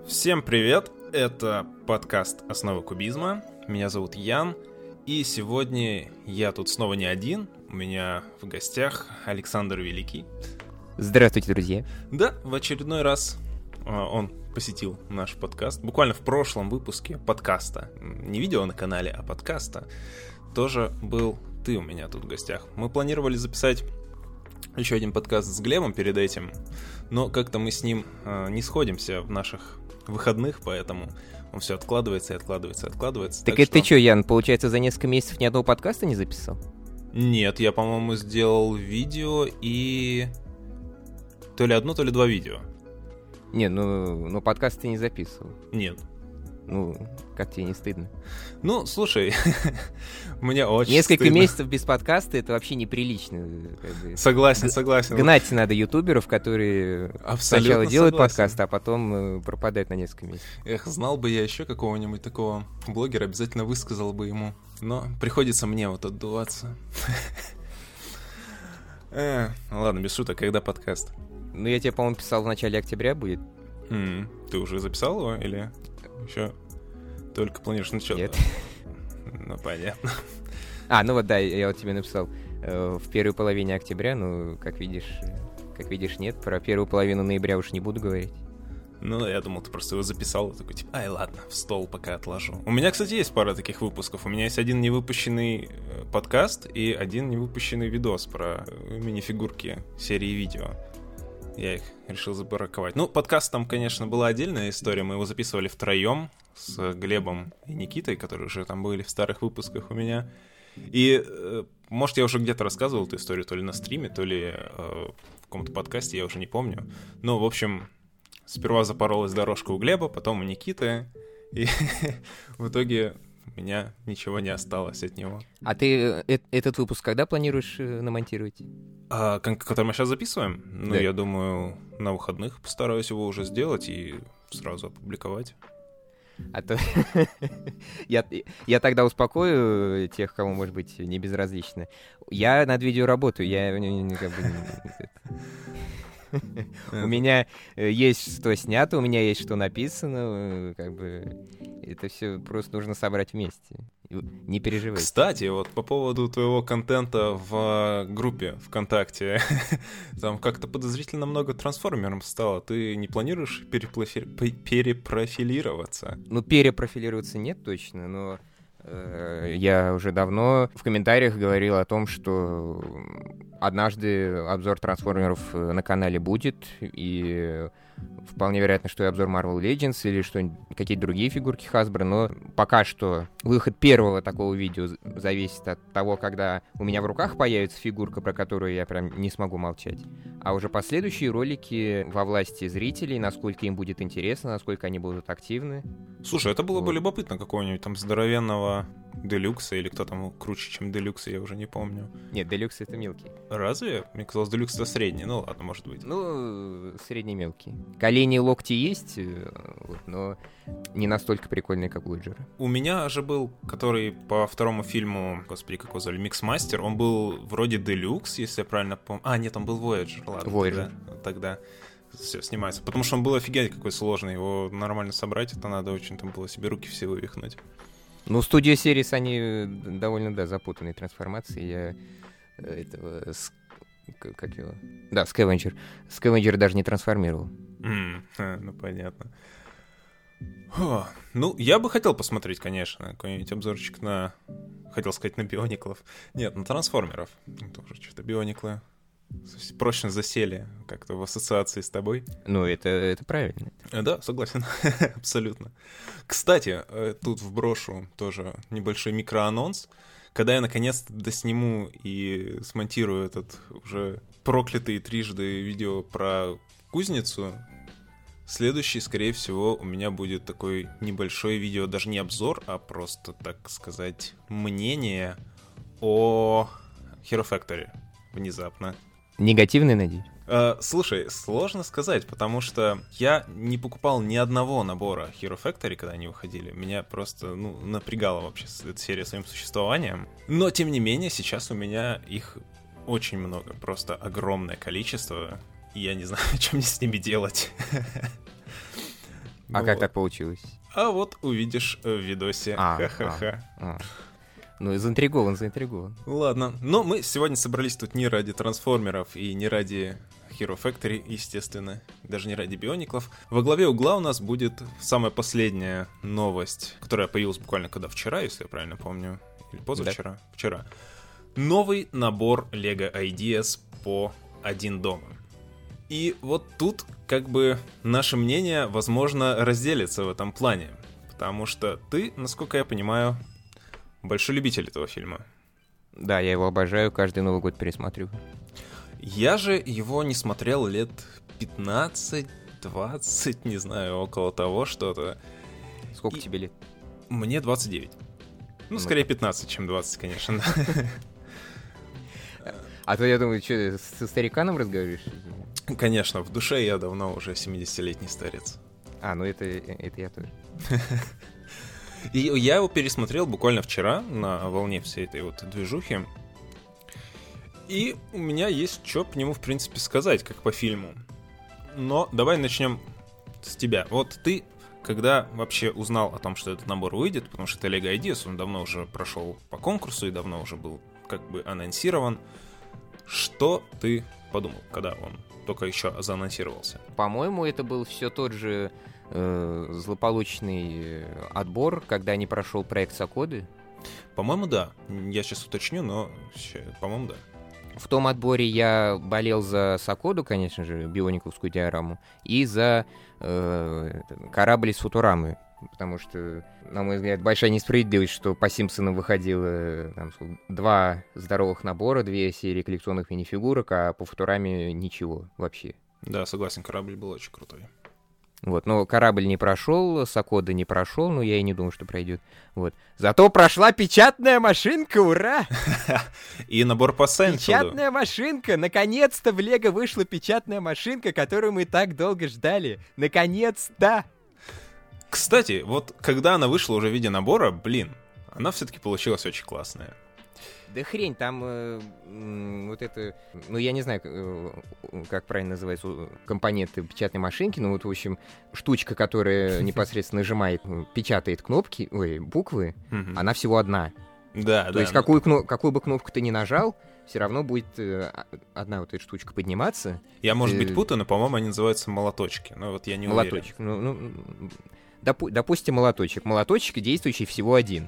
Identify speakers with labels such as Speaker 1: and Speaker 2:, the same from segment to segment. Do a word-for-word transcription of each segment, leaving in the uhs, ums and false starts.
Speaker 1: Всем привет, это подкаст «Основы кубизма», меня зовут Ян, и сегодня я тут снова не один, у меня в гостях Александр Великий.
Speaker 2: Здравствуйте, друзья.
Speaker 1: Да, в очередной раз он посетил наш подкаст, буквально в прошлом выпуске подкаста, не видео на канале, а подкаста, тоже был ты у меня тут в гостях. Мы планировали записать еще один подкаст с Глебом перед этим, но как-то мы с ним э, не сходимся в наших выходных, поэтому он все откладывается и откладывается и откладывается.
Speaker 2: Так,
Speaker 1: так
Speaker 2: это
Speaker 1: что...
Speaker 2: ты что, Ян, получается, за несколько месяцев ни одного подкаста не записал?
Speaker 1: Нет, я, по-моему, сделал видео и... То ли одно, то ли два видео.
Speaker 2: Не, ну, ну подкаст ты не записывал.
Speaker 1: Нет.
Speaker 2: Ну, как тебе не стыдно?
Speaker 1: Ну, слушай, мне очень
Speaker 2: Несколько
Speaker 1: стыдно.
Speaker 2: месяцев без подкаста — это вообще неприлично. Как бы.
Speaker 1: Согласен, согласен.
Speaker 2: Гнать надо ютуберов, которые
Speaker 1: Абсолютно
Speaker 2: сначала делают
Speaker 1: согласен.
Speaker 2: подкаст, а потом э, пропадают на несколько месяцев.
Speaker 1: Эх, знал бы я еще какого-нибудь такого блогера, обязательно высказал бы ему. Но приходится мне вот отдуваться. Э, Ладно, без шуток, когда подкаст?
Speaker 2: Ну, я тебе, по-моему, писал в начале октября будет.
Speaker 1: М, Ты уже записал его или еще только планируешь начать?
Speaker 2: Нет.
Speaker 1: Ну, понятно.
Speaker 2: А, ну вот, да, я вот тебе написал э, в первой половине октября, ну, как видишь, э, как видишь, нет. Про первую половину ноября уж не буду говорить.
Speaker 1: Ну, я думал, ты просто его записал, и такой, типа, ай, ладно, в стол пока отложу. У меня, кстати, есть пара таких выпусков. У меня есть один невыпущенный э, подкаст и один невыпущенный видос про э, мини-фигурки серии видео. Я их решил забраковать. Ну, подкаст там, конечно, была отдельная история. Мы его записывали втроем с Глебом и Никитой, которые уже там были в старых выпусках у меня. И, э, может, я уже где-то рассказывал эту историю, то ли на стриме, то ли э, в каком-то подкасте, я уже не помню. Но, в общем, сперва запоролась дорожка у Глеба, потом у Никиты, и в итоге у меня ничего не осталось от него.
Speaker 2: А ты э- этот выпуск когда планируешь э, намонтировать?
Speaker 1: А, кон- который мы сейчас записываем? Ну,
Speaker 2: Да.
Speaker 1: я думаю, на выходных постараюсь его уже сделать и сразу опубликовать.
Speaker 2: А то я, я тогда успокою тех, кому, может быть, не безразлично. Я над видео работаю, я не- не- как бы не- У меня э, есть что снято, у меня есть что написано, э, как бы это все просто нужно собрать вместе. Не переживай.
Speaker 1: Кстати, вот по поводу твоего контента в группе ВКонтакте, там как-то подозрительно много трансформеров стало. Ты не планируешь переплафи- п- перепрофилироваться?
Speaker 2: Ну, перепрофилироваться нет точно, но э, я уже давно в комментариях говорил о том, что однажды обзор трансформеров на канале будет, и вполне вероятно, что и обзор Marvel Legends или что какие-то другие фигурки Hasbro, но пока что выход первого такого видео зависит от того, когда у меня в руках появится фигурка, про которую я прям не смогу молчать. А уже последующие ролики во власти зрителей, насколько им будет интересно, насколько они будут активны.
Speaker 1: Слушай, это было бы
Speaker 2: Вот.
Speaker 1: любопытно, какого-нибудь там здоровенного Делюкса, или кто там круче, чем Делюкс, я уже не помню.
Speaker 2: Нет, Deluxe — это мелкий.
Speaker 1: Разве? Мне казалось, Делюкс это средний. Ну ладно, может быть.
Speaker 2: Ну, средний мелкий. Колени и локти есть, э, вот, но не настолько прикольные, как у Лоджера.
Speaker 1: У меня же был, который по второму фильму, господи, как его звали, Миксмастер, он был вроде Делюкс, если я правильно помню. А, нет, он был Voyager, ладно.
Speaker 2: Voyager.
Speaker 1: Тогда, тогда все снимается. Потому что он был офигеть какой сложный, его нормально собрать, это надо очень там было себе руки все вывихнуть.
Speaker 2: Ну, Studio Series, они э, довольно, да, запутанные трансформации. Я э, этого... с- к- Как его? Да, Скавенджер. Скавенджер даже не трансформировал.
Speaker 1: М, а, ну понятно. О, ну, я бы хотел посмотреть, конечно, какой-нибудь обзорчик на... Хотел сказать, на биониклов. Нет, на трансформеров. Тоже что-то биониклы прочно засели как-то в ассоциации с тобой.
Speaker 2: Ну, это, это правильно.
Speaker 1: Э, Да, согласен, абсолютно. Кстати, э, тут вброшу тоже небольшой микроанонс. Когда я наконец-то досниму и смонтирую этот уже проклятый трижды видео про кузницу, следующий, скорее всего, у меня будет такой небольшой видео, даже не обзор, а просто, так сказать, мнение о Hero Factory внезапно.
Speaker 2: Негативный, надеюсь?
Speaker 1: Э, слушай, сложно сказать, потому что я не покупал ни одного набора Hero Factory, когда они выходили. Меня просто, ну, напрягала вообще эта серия своим существованием. Но, тем не менее, сейчас у меня их очень много, просто огромное количество. И я не знаю, что мне с ними делать.
Speaker 2: А
Speaker 1: Ну
Speaker 2: как
Speaker 1: вот.
Speaker 2: так получилось?
Speaker 1: А вот увидишь в видосе.
Speaker 2: А,
Speaker 1: Ха-ха-ха.
Speaker 2: А. Ну, заинтригован, заинтригован.
Speaker 1: Ладно, но мы сегодня собрались тут не ради трансформеров и не ради Hero Factory, естественно, даже не ради биониклов. Во главе угла у нас будет самая последняя новость, которая появилась буквально когда вчера, если я правильно помню, или позавчера, да. Вчера. Новый набор Lego Ideas по «Один дома». И вот тут как бы наше мнение, возможно, разделится в этом плане, потому что ты, насколько я понимаю, большой любитель этого фильма.
Speaker 2: Да, я его обожаю, каждый Новый год пересматриваю.
Speaker 1: Я же его не смотрел лет пятнадцать-двадцать, не знаю, около того что-то.
Speaker 2: Сколько
Speaker 1: И...
Speaker 2: тебе лет?
Speaker 1: Мне двадцать девять. Ну,
Speaker 2: Ну,
Speaker 1: скорее пятнадцать, чем двадцать, конечно.
Speaker 2: А то я думаю, что, со стариканом разговариваешь?
Speaker 1: Конечно, в душе я давно уже семидесятилетний старец.
Speaker 2: А, ну это, это я тоже.
Speaker 1: И я его пересмотрел буквально вчера на волне всей этой вот движухи. И у меня есть что по нему, в принципе, сказать, как по фильму. Но давай начнем с тебя. Вот ты, когда вообще узнал о том, что этот набор выйдет, потому что это Lego Ideas, он давно уже прошел по конкурсу и давно уже был как бы анонсирован. Что ты подумал, когда он только еще заанонсировался?
Speaker 2: По-моему, это был все тот же э, злополучный отбор, когда не прошел проект Сокоды.
Speaker 1: По-моему, да. Я сейчас уточню, но, по-моему, да.
Speaker 2: В том отборе я болел за Сокоду, конечно же, биониковскую диораму, и за э, корабль из Футурамы. Потому что, на мой взгляд, большая несправедливость, что по Симпсонам выходило там, два здоровых набора, две серии коллекционных мини-фигурок, а по Футураме ничего вообще.
Speaker 1: Да, согласен, корабль был очень крутой.
Speaker 2: Вот, но корабль не прошел, Сокода не прошел, но я и не думал, что пройдет. Вот. Зато прошла печатная машинка, ура!
Speaker 1: И набор по Сайнфилду.
Speaker 2: Печатная машинка! Наконец-то в Лего вышла печатная машинка, которую мы так долго ждали. Наконец-то!
Speaker 1: Кстати, вот когда она вышла уже в виде набора, блин, она все-таки получилась очень классная.
Speaker 2: Да хрень, там э, э, вот это, ну я не знаю, э, как правильно называются компоненты печатной машинки, но вот, в общем, штучка, которая непосредственно нажимает, печатает кнопки, ой, буквы, она всего одна.
Speaker 1: Да,
Speaker 2: То
Speaker 1: да.
Speaker 2: есть какую, кно- какую бы кнопку ты ни нажал, все равно будет э, одна вот эта штучка подниматься.
Speaker 1: Я, может
Speaker 2: Ты...
Speaker 1: быть, путаю, но, по-моему, они называются молоточки, но вот я не
Speaker 2: молоточек.
Speaker 1: уверен.
Speaker 2: Ну, ну, допу- допустим, молоточек. Молоточек действующий всего один.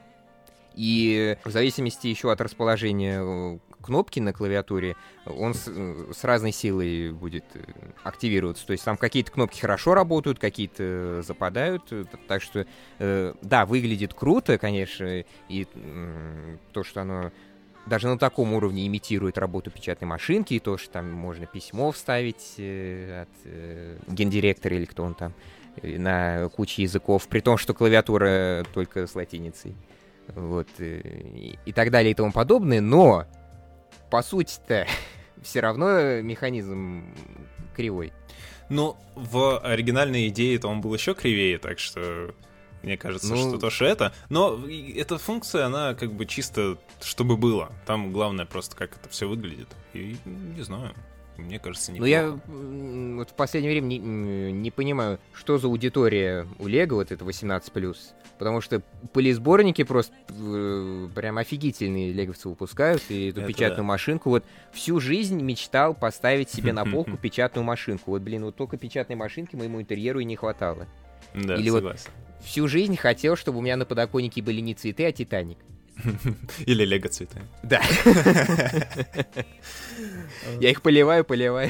Speaker 2: И в зависимости еще от расположения кнопки на клавиатуре, он с, с разной силой будет активироваться. То есть там какие-то кнопки хорошо работают, какие-то западают. Так что, э, да, выглядит круто, конечно, и э, то, что оно даже на таком уровне имитирует работу печатной машинки, и то, что там можно письмо вставить э, от э, гендиректора или кто он там, э, на куче языков, при том, что клавиатура только с латиницей. Вот, и, и так далее и тому подобное, но по сути-то все равно механизм кривой.
Speaker 1: Ну, в оригинальной идее-то он был еще кривее, так что мне кажется,
Speaker 2: ну...
Speaker 1: что то, что это. Но эта функция, она как бы чисто, чтобы было. Там главное просто, как это все выглядит. И не знаю, мне кажется, неплохо.
Speaker 2: Ну, я вот в последнее время не, не понимаю, что за аудитория у Лего, вот это восемнадцать плюс. Потому что полисборники просто э, прям офигительные леговцы выпускают, и эту
Speaker 1: это
Speaker 2: печатную
Speaker 1: да.
Speaker 2: машинку. Вот всю жизнь мечтал поставить себе на полку печатную машинку. Вот, блин, вот только печатной машинки моему интерьеру и не хватало.
Speaker 1: Да,
Speaker 2: Или
Speaker 1: согласен.
Speaker 2: Вот всю жизнь хотел, чтобы у меня на подоконнике были не цветы, а Титаник.
Speaker 1: Или Лего цветы.
Speaker 2: Да. Я их поливаю, поливаю.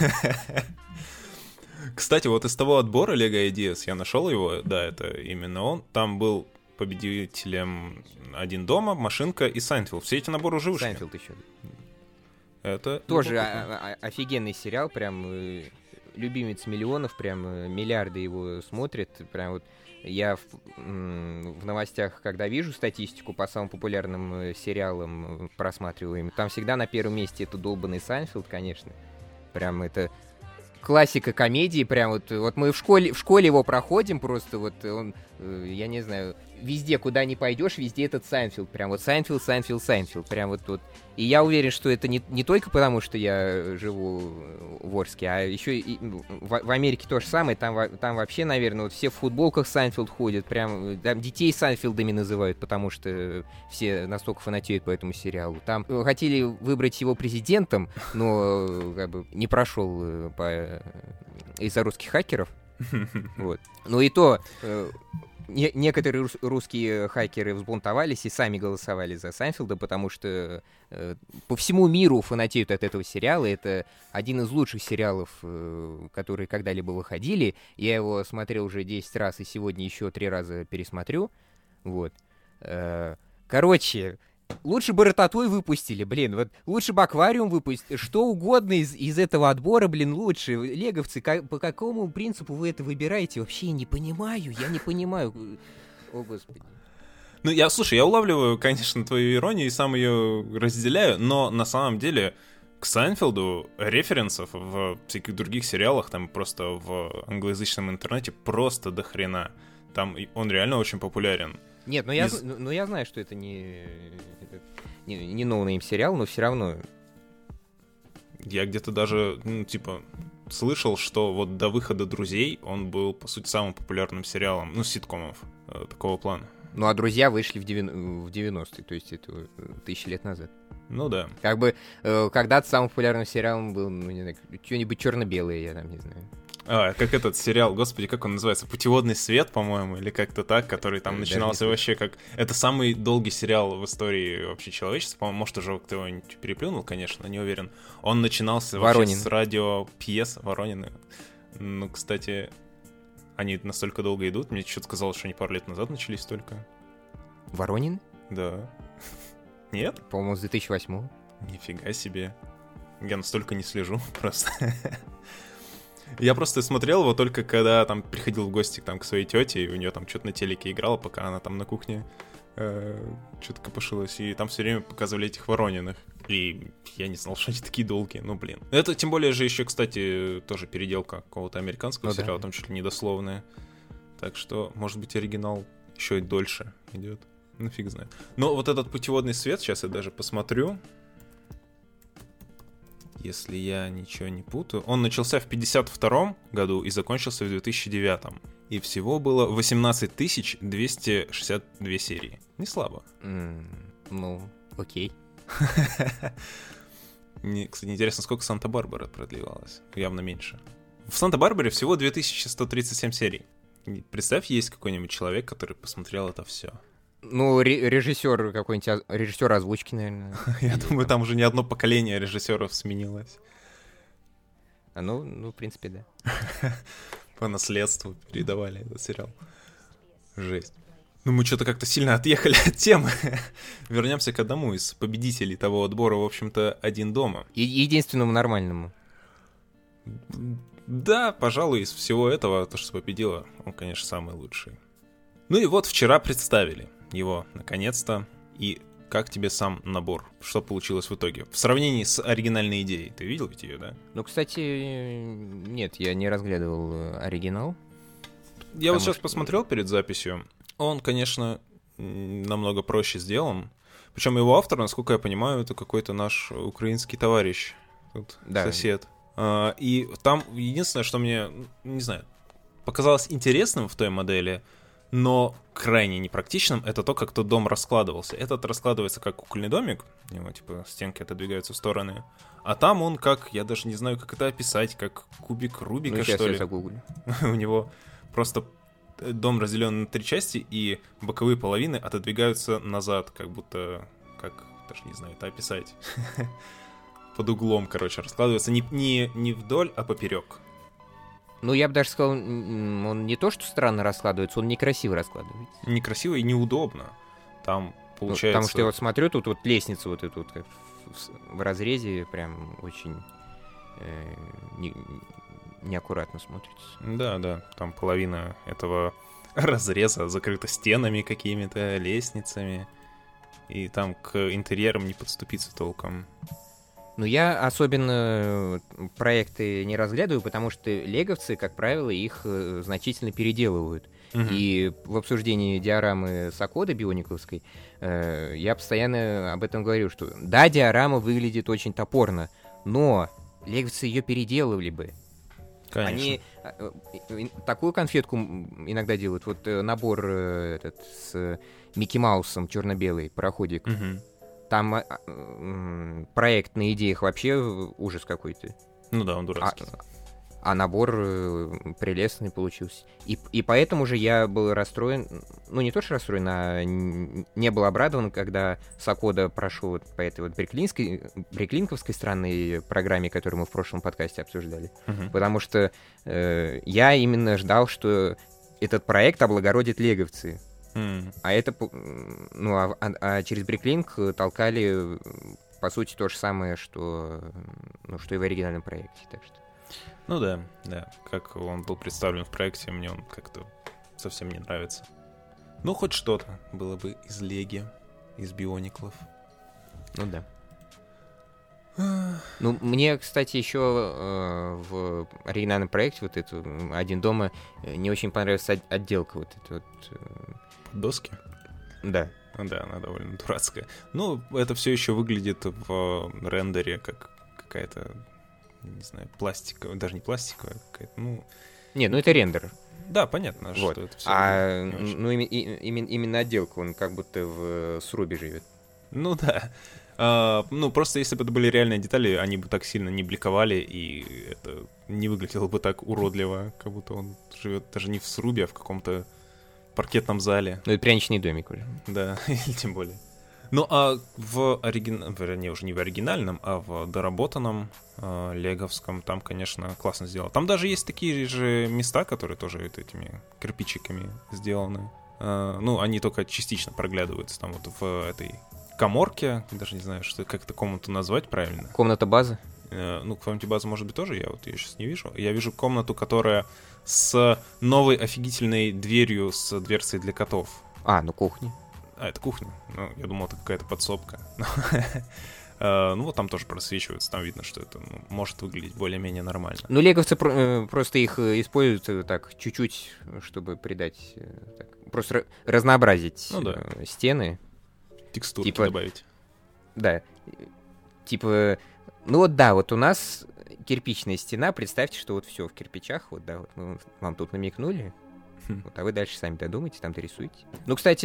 Speaker 1: Кстати, вот из того отбора Lego Ideas я нашел его, да, это именно он. Там был победителем «Один дома», «Машинка» и «Сайнфилд». Все эти наборы уже вышли.
Speaker 2: «Сайнфилд» еще.
Speaker 1: Это
Speaker 2: тоже о- о- офигенный сериал, прям э, любимец миллионов, прям э, миллиарды его смотрят. Прям вот я в, м- в новостях, когда вижу статистику по самым популярным э, сериалам, э, просматриваемым, там всегда на первом месте это долбанный «Сайнфилд», конечно. Прям это... классика комедии, прям вот, вот мы в школе, в школе его проходим, просто вот он, я не знаю, везде, куда ни пойдешь, везде этот Сайнфилд. Прям вот Сайнфилд, Сайнфилд, Сайнфилд. Прям вот тут. И я уверен, что это не, не только потому, что я живу в Орске, а еще и в, в Америке то же самое. Там, там вообще, наверное, вот все в футболках Сайнфилд ходят. Прям там детей Сайнфилдами называют, потому что все настолько фанатеют по этому сериалу. Там хотели выбрать его президентом, но как бы не прошел по... из-за русских хакеров. Вот. Ну и то... Не- некоторые рус- русские хакеры взбунтовались и сами голосовали за Сайнфилда, потому что э, по всему миру фанатеют от этого сериала. Это один из лучших сериалов, э, которые когда-либо выходили. Я его смотрел уже десять раз и сегодня еще три раза пересмотрю. Вот. Э, короче, лучше бы Рататуй выпустили, блин. Вот лучше бы Аквариум выпустили. Что угодно из, из этого отбора, блин, лучше. Леговцы, как, по какому принципу вы это выбираете? Вообще я не понимаю, я не понимаю. О, Господи.
Speaker 1: Ну, я, слушай, я улавливаю, конечно, твою иронию и сам ее разделяю, но на самом деле к Сайнфилду референсов в всяких других сериалах, там просто в англоязычном интернете просто до хрена. Там он реально очень популярен.
Speaker 2: Нет, ну я,
Speaker 1: Из...
Speaker 2: ну, я знаю, что это не, не, не ноунейм сериал, но все равно.
Speaker 1: Я где-то даже, ну, типа, слышал, что вот до выхода «Друзей» он был, по сути, самым популярным сериалом, ну, ситкомов э, такого плана.
Speaker 2: Ну, а «Друзья» вышли в, девяно- в девяностые, то есть это тысячи лет назад.
Speaker 1: Ну да.
Speaker 2: Как бы э, когда-то самым популярным сериалом был, ну, не знаю, что-нибудь черно-белое, я там не знаю.
Speaker 1: А, как этот сериал, господи, как он называется? «Путеводный свет», по-моему, или как-то так, который там
Speaker 2: Даже
Speaker 1: начинался вообще как... Это самый долгий сериал в истории вообще человечества, по-моему, может, уже кто-нибудь переплюнул, конечно, не уверен. Он начинался
Speaker 2: Воронин.
Speaker 1: вообще с радиопьес Воронины. Ну, кстати, они настолько долго идут, мне что-то казалось, что они пару лет назад начались только.
Speaker 2: Воронин?
Speaker 1: Да. Нет?
Speaker 2: По-моему, с две тысячи восьмого.
Speaker 1: Нифига себе. Я настолько не слежу просто. Я просто смотрел его только когда там приходил в гости там, к своей тете, и у нее там что-то на телеке играло, пока она там на кухне э, что-то копошилась, и там все время показывали этих Ворониных. И я не знал, что они такие долгие, ну блин. Это тем более же еще, кстати, тоже переделка какого-то американского ну, сериала, да. Там чуть ли не дословная. Так что, может быть, оригинал еще и дольше идет. Ну фиг знает. Но вот этот «Путеводный свет», сейчас я даже посмотрю. Если я ничего не путаю. Он начался в пятьдесят втором году и закончился в две тысячи девятом. И всего было восемнадцать тысяч двести шестьдесят две серии. Не слабо.
Speaker 2: Mm, ну, окей.
Speaker 1: Кстати, интересно, сколько «Санта-Барбара» продлевалась? Явно меньше. В «Санта-Барбаре» всего две тысячи сто тридцать семь серий. Представь, есть какой-нибудь человек, который посмотрел это все.
Speaker 2: Ну, ре- режиссер какой-нибудь, режиссер озвучки, наверное.
Speaker 1: Я думаю, там уже не одно поколение режиссеров сменилось.
Speaker 2: А ну, ну, в принципе, да.
Speaker 1: По наследству передавали этот сериал. Жесть. Ну, мы что-то как-то сильно отъехали от темы. Вернемся к одному из победителей того отбора, в общем-то, «Один дома».
Speaker 2: Е- единственному нормальному.
Speaker 1: Да, пожалуй, из всего этого, то, что победило, он, конечно, самый лучший. Ну и вот вчера представили его, наконец-то. И как тебе сам набор? Что получилось в итоге? В сравнении с оригинальной идеей. Ты видел ведь ее, да?
Speaker 2: Ну, кстати, нет, я не разглядывал оригинал.
Speaker 1: Я вот сейчас что... посмотрел перед записью. Он, конечно, намного проще сделан. Причем его автор, насколько я понимаю, это какой-то наш украинский товарищ. Тут да. Сосед. И там единственное, что мне, не знаю, показалось интересным в той модели, но крайне непрактичным, это то, как тот дом раскладывался. Этот раскладывается как кукольный домик, его, типа, стенки отодвигаются в стороны. А там он как, я даже не знаю, как это описать, как кубик Рубика, ну, что ли. У него просто дом разделен на три части, и боковые половины отодвигаются назад, как будто, как, даже не знаю, это описать. Под углом, короче, раскладывается не, не, не вдоль, а поперек.
Speaker 2: Ну, я бы даже сказал, он не то, что странно раскладывается, он некрасиво раскладывается.
Speaker 1: Некрасиво и неудобно. Там получается...
Speaker 2: Ну, потому что я вот смотрю, тут вот лестница вот эта вот, как в, в разрезе, прям очень э, не, неаккуратно смотрится.
Speaker 1: Да, да, там половина этого разреза закрыта стенами какими-то, лестницами, и там к интерьерам не подступиться толком.
Speaker 2: Ну, я особенно проекты не разглядываю, потому что леговцы, как правило, их значительно переделывают. Mm-hmm. И в обсуждении диорамы Сокода бионикловской э, я постоянно об этом говорю, что да, диорама выглядит очень топорно, но леговцы ее переделывали бы.
Speaker 1: Конечно.
Speaker 2: Они э, такую конфетку иногда делают. Вот э, набор э, этот с Микки Маусом черно-белый, пароходик.
Speaker 1: Mm-hmm.
Speaker 2: Там э, э, проект на идеях вообще ужас какой-то.
Speaker 1: Ну да, он дурацкий.
Speaker 2: А, а набор э, прелестный получился. И, и поэтому же я был расстроен, ну не то что расстроен, а не был обрадован, когда Сокода прошел вот по этой вот бриклинской, бриклинковской странной программе, которую мы в прошлом подкасте обсуждали. Uh-huh. Потому что э, я именно ждал, что этот проект облагородит леговцы. Mm. А это, ну, а, а, а через Бриклинк толкали, по сути, то же самое, что, ну, что и в оригинальном проекте, так что.
Speaker 1: Ну да, да, как он был представлен в проекте, мне он как-то совсем не нравится. Ну, хоть что-то было бы из Леги, из Биониклов.
Speaker 2: Ну да. Ну, мне, кстати, еще э, в оригинальном проекте вот эту «Один дома» не очень понравилась отделка вот эта вот. Э...
Speaker 1: Доски?
Speaker 2: Да.
Speaker 1: Да, она довольно дурацкая. Ну, это все еще выглядит в рендере как какая-то, не знаю, пластиковая, даже не пластиковая, какая-то, ну...
Speaker 2: Не, ну это рендер.
Speaker 1: Да, понятно,
Speaker 2: вот.
Speaker 1: что это все.
Speaker 2: А, ну, и, и, именно, именно отделка, он как будто в срубе живет.
Speaker 1: Ну да. Uh, ну, просто если бы это были реальные детали, они бы так сильно не бликовали, и это не выглядело бы так уродливо, как будто он живет даже не в срубе, а в каком-то паркетном зале.
Speaker 2: Ну, это пряничный домик уже.
Speaker 1: Да, или тем более. Ну, а в оригинальном, вернее, уже не в оригинальном, а в доработанном э, леговском, там, конечно, классно сделано. Там даже есть такие же места, которые тоже вот этими кирпичиками сделаны. Э, ну, они только частично проглядываются там вот в этой... коморке, даже не знаю, что, как это комнату назвать правильно.
Speaker 2: Комната базы?
Speaker 1: Э, ну, комната базы может быть тоже, я вот ее сейчас не вижу. Я вижу комнату, которая с новой офигительной дверью с дверцей для котов.
Speaker 2: А, ну кухня.
Speaker 1: А, это кухня. Ну, я думал, это какая-то подсобка. Ну, вот там тоже просвечивается, там видно, что это может выглядеть более-менее нормально.
Speaker 2: Ну, леговцы просто их используют так чуть-чуть, чтобы придать, просто разнообразить стены.
Speaker 1: Текстурки типа, добавить.
Speaker 2: Да. Типа, ну вот да, вот у нас кирпичная стена, представьте, что вот все в кирпичах, вот да, вот мы вам тут намекнули, хм. вот, а вы дальше сами додумайте, там дорисуйте. Ну, кстати,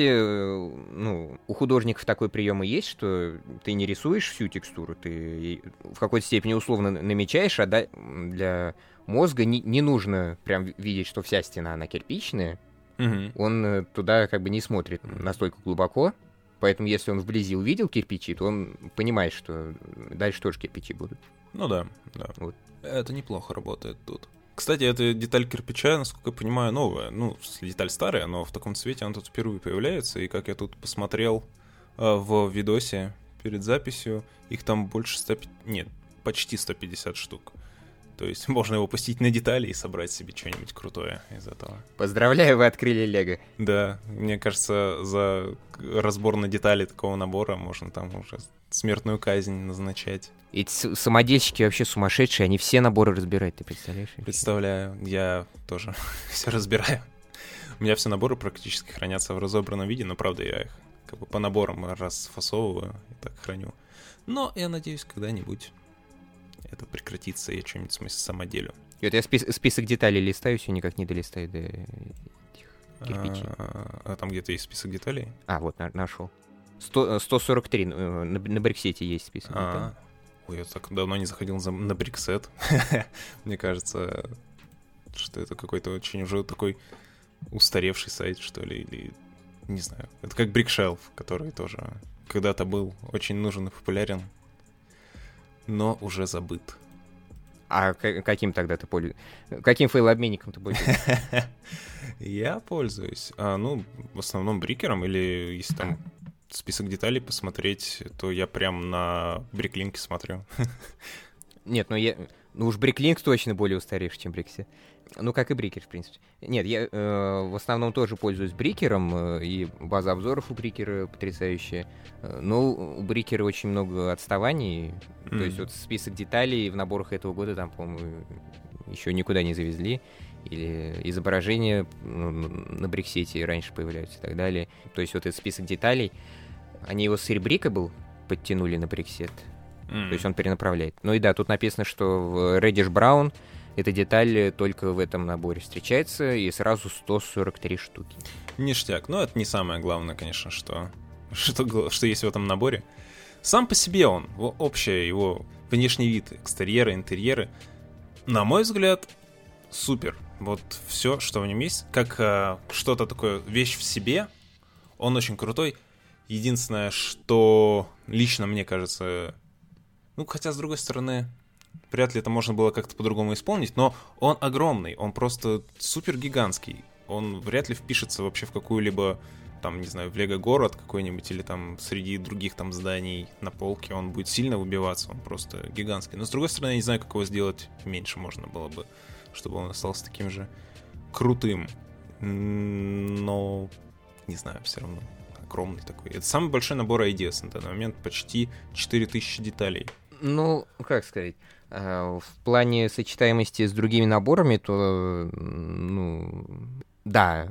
Speaker 2: ну, у художников такой прием и есть, что ты не рисуешь всю текстуру, ты в какой-то степени условно намечаешь, а да, для мозга не, не нужно прям видеть, что вся стена, она кирпичная, угу. Он туда как бы не смотрит настолько глубоко. Поэтому, если он вблизи увидел кирпичи, то он понимает, что дальше тоже кирпичи будут.
Speaker 1: Ну да, да. Вот. Это неплохо работает тут. Кстати, эта деталь кирпича, насколько я понимаю, новая. Ну, деталь старая, но в таком цвете она тут впервые появляется. И как я тут посмотрел э, в видосе перед записью, их там больше ста... Нет, почти сто пятьдесят штук. То есть можно его пустить на детали и собрать себе что-нибудь крутое из этого.
Speaker 2: Поздравляю, вы открыли Лего.
Speaker 1: Да, мне кажется, за разбор на детали такого набора можно там уже смертную казнь назначать.
Speaker 2: Эти самодельщики вообще сумасшедшие, они все наборы разбирают, ты представляешь?
Speaker 1: Представляю, я тоже все разбираю. У меня все наборы практически хранятся в разобранном виде, но, правда, я их как бы по наборам расфасовываю и так храню. Но я надеюсь, когда-нибудь... это прекратится, я что-нибудь в смысле самоделю.
Speaker 2: И вот я спис- список деталей листаю, все никак не долистаю до этих кирпичей.
Speaker 1: А, а там где-то есть список деталей?
Speaker 2: А, вот, на- нашел. сто, сто сорок три, на, на Бриксете есть список
Speaker 1: а,
Speaker 2: деталей.
Speaker 1: Ой, я так давно не заходил за, на Бриксет. Мне кажется, что это какой-то очень уже такой устаревший сайт, что ли, или не знаю. Это как Брикшелф, который тоже когда-то был очень нужен и популярен, но уже забыт.
Speaker 2: А к- каким тогда ты пользуешься? Каким файлообменником ты пользуешься?
Speaker 1: Я пользуюсь, а, ну, в основном брикером, или если там список деталей посмотреть, то я прям на бриклинке смотрю.
Speaker 2: Нет, ну я... Ну уж бриклинк точно более устаревший, чем брикси. Ну, как и брикер, в принципе. Нет, я э, в основном тоже пользуюсь брикером, э, и база обзоров у брикера потрясающая. Э, но у брикера очень много отставаний. Mm-hmm. То есть вот список деталей в наборах этого года там, по-моему, еще никуда не завезли. или изображения ну, на бриксете раньше появляются и так далее. То есть вот этот список деталей, они его с ребрика был подтянули на бриксет, mm. то есть он перенаправляет. Ну и да, тут написано, что в Reddish Brown эта деталь только в этом наборе встречается, и сразу сто сорок три штуки.
Speaker 1: Ништяк. Ну, это не самое главное, конечно, что, что, что есть в этом наборе. Сам по себе он, общий его внешний вид, экстерьеры, интерьеры, на мой взгляд, супер. Вот все, что в нем есть, как а, что-то такое, вещь в себе, он очень крутой. Единственное, что лично мне кажется, ну, хотя, с другой стороны, вряд ли это можно было как-то по-другому исполнить, но он огромный, он просто супер гигантский. Он вряд ли впишется вообще в какую-либо, там, не знаю, в Лего-город какой-нибудь или там среди других там зданий на полке. Он будет сильно выбиваться, он просто гигантский. Но, с другой стороны, я не знаю, как его сделать меньше можно было бы, чтобы он остался таким же крутым. Но, не знаю, все равно огромный такой. Это самый большой набор ай ди эс на данный момент, почти четыре тысячи деталей.
Speaker 2: Ну, как сказать, в плане сочетаемости с другими наборами, то, ну, да,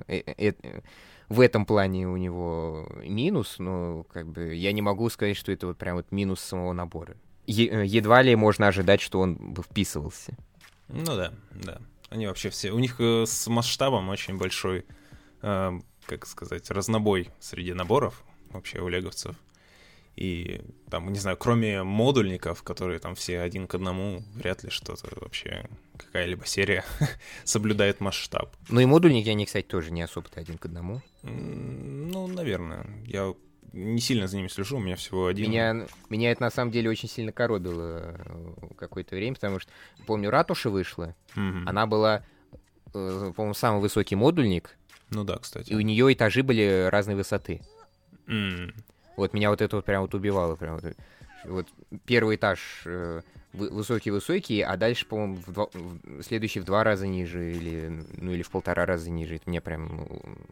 Speaker 2: в этом плане у него минус, но как бы я не могу сказать, что это вот прям вот минус самого набора. Е- едва ли можно ожидать, что он бы вписывался.
Speaker 1: Ну да, да. Они вообще все... У них э, с масштабом очень большой, э, как сказать, разнобой среди наборов вообще у леговцев. И там, не знаю, кроме модульников, которые там все один к одному, вряд ли что-то вообще, какая-либо серия соблюдает масштаб.
Speaker 2: Ну и модульники, они, кстати, тоже не особо-то один к одному.
Speaker 1: Ну, наверное. Я не сильно за ними слежу, у меня всего один.
Speaker 2: Меня, меня это на самом деле очень сильно коробило какое-то время, потому что, помню, Ратуша вышла, mm-hmm. она была, по-моему, самый высокий модульник.
Speaker 1: Ну да, кстати.
Speaker 2: И у нее этажи были разной высоты.
Speaker 1: Mm.
Speaker 2: Вот меня вот это вот прям вот убивало. Прям вот, вот первый этаж э, высокий-высокий, а дальше, по-моему, в два, в, следующий в два раза ниже или, ну, или в полтора раза ниже. Это меня прям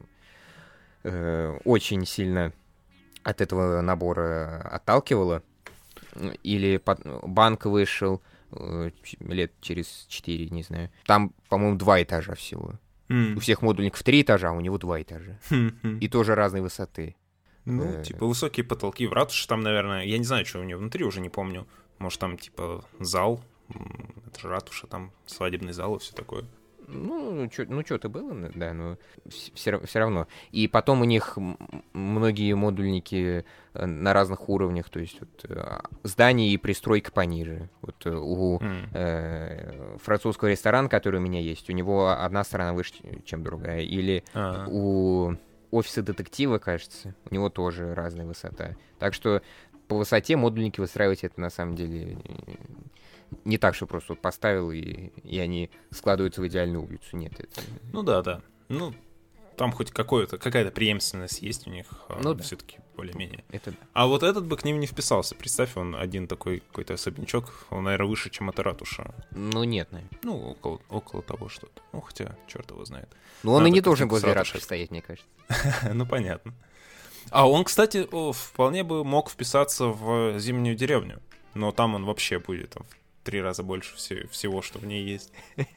Speaker 2: э, очень сильно от этого набора отталкивало. Или под, банк вышел э, лет через четыре, не знаю. Там, по-моему, два этажа всего. Mm. У всех модульников три этажа, а у него два этажа. Mm-hmm. И тоже разной высоты.
Speaker 1: Ну, э... типа, высокие потолки в ратуше, там, наверное, я не знаю, что у него внутри, уже не помню. Может, там, типа, зал, это же ратуша, там, свадебный зал и все такое.
Speaker 2: Ну, чё, ну, что-то было, да, но все, все равно. И потом у них многие модульники на разных уровнях, то есть вот, здание и пристройка пониже. Вот у mm. э, французского ресторана, который у меня есть, у него одна сторона выше, чем другая. Или uh-huh. у... офиса детектива, кажется, у него тоже разная высота. Так что по высоте модульники выстраивать это на самом деле не так, что просто вот поставил, и, и они складываются в идеальную улицу. Нет, это...
Speaker 1: Ну да, да. Ну, там хоть какое-то, какая-то преемственность есть у них, ну, да. Все-таки более-менее.
Speaker 2: Это да.
Speaker 1: А вот этот бы к ним не вписался. Представь, он один такой какой-то особнячок, он, наверное, выше, чем эта ратуша.
Speaker 2: Ну нет, наверное.
Speaker 1: Ну, около, около того что-то. Ну, хотя, черт его знает.
Speaker 2: Ну, он и не должен возле ратуши стоять, мне кажется.
Speaker 1: Ну, понятно. А он, кстати, вполне бы мог вписаться в зимнюю деревню. Но там он вообще будет там, в три раза больше всего, что в ней есть.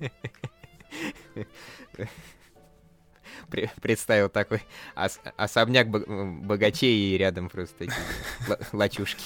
Speaker 2: Представил такой ос- особняк богачей и рядом просто такие л- лачушки.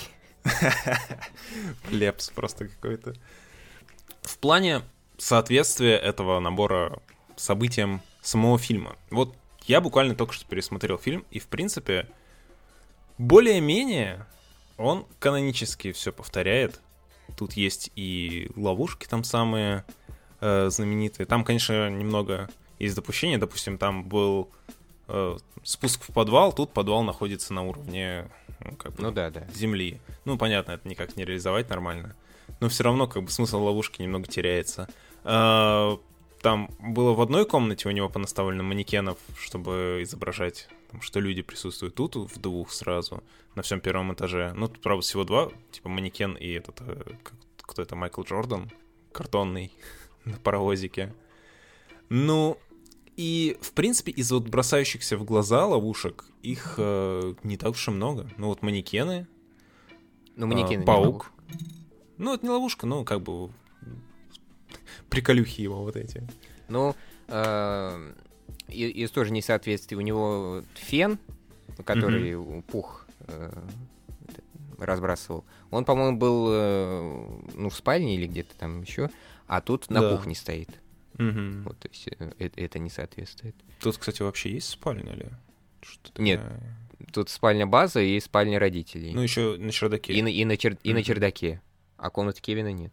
Speaker 1: Лепс просто какой-то. В плане соответствия этого набора событиям самого фильма. Вот я буквально только что пересмотрел фильм, и, в принципе, более-менее он канонически все повторяет. Тут есть и ловушки там самые э, знаменитые. Там, конечно, немного есть допущения. Допустим, там был э, спуск в подвал, тут подвал находится на уровне ну, как бы,
Speaker 2: ну, да, да.
Speaker 1: земли. Ну, понятно, это никак не реализовать нормально. Но все равно как бы смысл ловушки немного теряется. Э, там было в одной комнате у него понаставлено манекенов, чтобы изображать, там, что люди присутствуют. Тут в двух сразу, на всем первом этаже. Ну, тут, правда, всего два, типа манекен и этот, кто это, Майкл Джордан, картонный, на паровозике. Ну, и, в принципе, из вот бросающихся в глаза ловушек, их э, не так уж и много. Ну, вот манекены,
Speaker 2: ну, манекены
Speaker 1: э, паук. Ну, это не ловушка, ну, как бы приколюхи его вот эти.
Speaker 2: Ну, э, из тоже несоответствий у него фен, который mm-hmm. пух э, разбрасывал, он, по-моему, был э, ну, в спальне или где-то там еще, а тут на да. кухне стоит. Mm-hmm. Вот, то есть это, это не соответствует.
Speaker 1: Тут, кстати, вообще есть спальня или что-то?
Speaker 2: Нет, тут спальня база и спальня родителей.
Speaker 1: Ну, еще на чердаке.
Speaker 2: И на, и на, чер, и mm-hmm. на чердаке, а комнаты Кевина нет.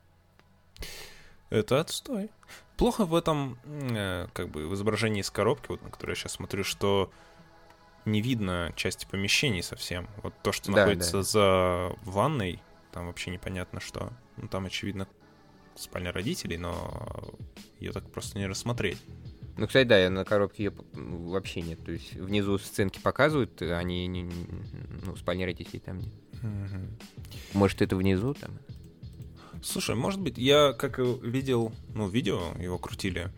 Speaker 1: Это отстой. Плохо в этом, э, как бы, в изображении из коробки, вот на которое я сейчас смотрю, что не видно части помещений совсем. Вот то, что да, находится да. за ванной, там вообще непонятно что. Ну, там, очевидно, спальня родителей, но ее так просто не рассмотреть.
Speaker 2: Ну, кстати, да, на коробке ее вообще нет. То есть внизу сценки показывают, они не, ну, спальни родителей там нет. Mm-hmm. Может, это внизу там?
Speaker 1: Слушай, может быть, я как видел, ну, видео его крутили,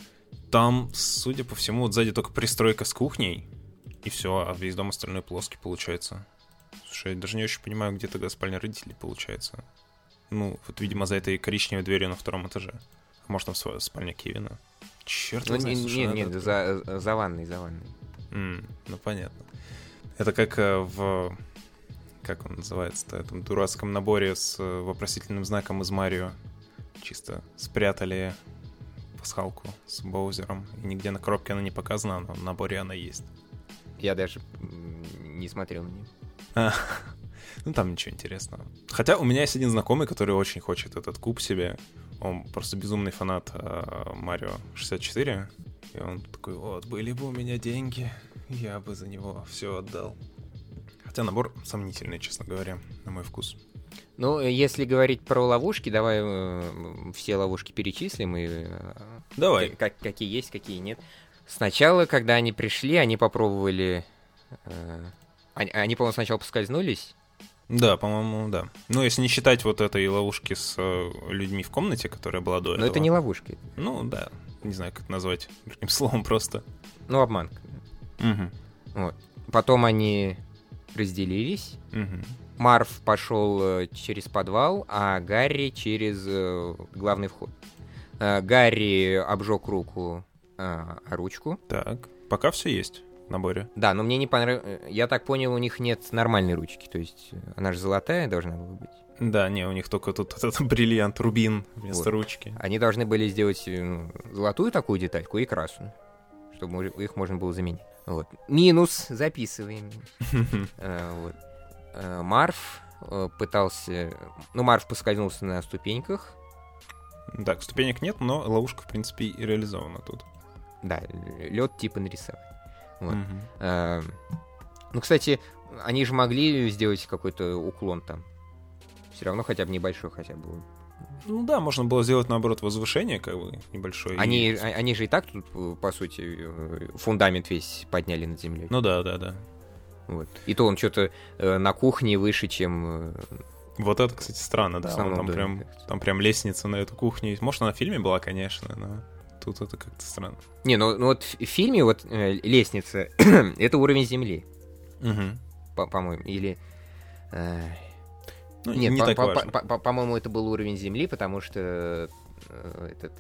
Speaker 1: там, судя по всему, вот сзади только пристройка с кухней, и все, а весь дом остальной плоский получается. Слушай, я даже не очень понимаю, где тогда спальня родителей получается. Ну, вот, видимо, за этой коричневой дверью на втором этаже. А может, там спальня Кевина? Черт
Speaker 2: ну,
Speaker 1: знает.
Speaker 2: Слушай, нет, нет, за, за ванной, за ванной.
Speaker 1: Mm, ну, понятно. Это как э, в... Как он называется-то? Этом дурацком наборе с вопросительным знаком из Марио. Чисто спрятали пасхалку с Боузером. И нигде на коробке она не показана, но в наборе она есть.
Speaker 2: Я даже не смотрел на нее.
Speaker 1: А, ну, там ничего интересного. Хотя у меня есть один знакомый, который очень хочет этот куб себе. Он просто безумный фанат Марио шестьдесят четыре. И он такой: вот, были бы у меня деньги, я бы за него все отдал. Хотя набор сомнительный, честно говоря, на мой вкус.
Speaker 2: Ну, если говорить про ловушки, давай э, все ловушки перечислим. И, э,
Speaker 1: давай.
Speaker 2: Как, какие есть, какие нет. Сначала, когда они пришли, они попробовали... Э, они, они, по-моему, сначала поскользнулись.
Speaker 1: Да, по-моему, да. Ну, если не считать вот этой ловушки с э, людьми в комнате, которая была до
Speaker 2: Но
Speaker 1: этого.
Speaker 2: это не ловушки.
Speaker 1: Ну, да. Не знаю, как это назвать другим словом просто.
Speaker 2: Ну, обманка.
Speaker 1: Угу.
Speaker 2: Вот. Потом они... разделились.
Speaker 1: Угу.
Speaker 2: Марв пошел через подвал, а Гарри через э, главный вход. Э, Гарри обжег руку э, о ручку.
Speaker 1: Так, пока все есть в наборе.
Speaker 2: Да, но мне не понравилось. Я так понял, у них нет нормальной ручки. То есть она же золотая должна была быть.
Speaker 1: Да, не, у них только тут этот бриллиант, рубин вместо вот. Ручки.
Speaker 2: Они должны были сделать ну, золотую такую детальку и красную, чтобы их можно было заменить. Вот. Минус записываем. Вот. Марв пытался... Ну, Марв поскользнулся на ступеньках.
Speaker 1: Так, ступенек нет, но ловушка, в принципе, и реализована тут.
Speaker 2: Да, лед типа нарисовать. Вот. Uh-huh. Ну, кстати, они же могли сделать какой-то уклон там. Все равно хотя бы небольшой хотя бы.
Speaker 1: Ну да, можно было сделать, наоборот, возвышение, как бы, небольшое.
Speaker 2: Они,
Speaker 1: и...
Speaker 2: они же и так тут, по сути, фундамент весь подняли над землей.
Speaker 1: Ну да, да, да.
Speaker 2: Вот. И то он что-то э, на кухне выше, чем... Э,
Speaker 1: вот это, кстати, странно, да. Там прям, там прям лестница на эту кухню. Может, она в фильме была, конечно, но тут это как-то странно.
Speaker 2: Не, ну, ну вот в фильме вот э, лестница, это уровень земли.
Speaker 1: Угу.
Speaker 2: По- по-моему, или... Э,
Speaker 1: ну,
Speaker 2: нет,
Speaker 1: не
Speaker 2: по-
Speaker 1: так
Speaker 2: по-
Speaker 1: важно.
Speaker 2: по- по- по-моему, это был уровень земли, потому что э, этот...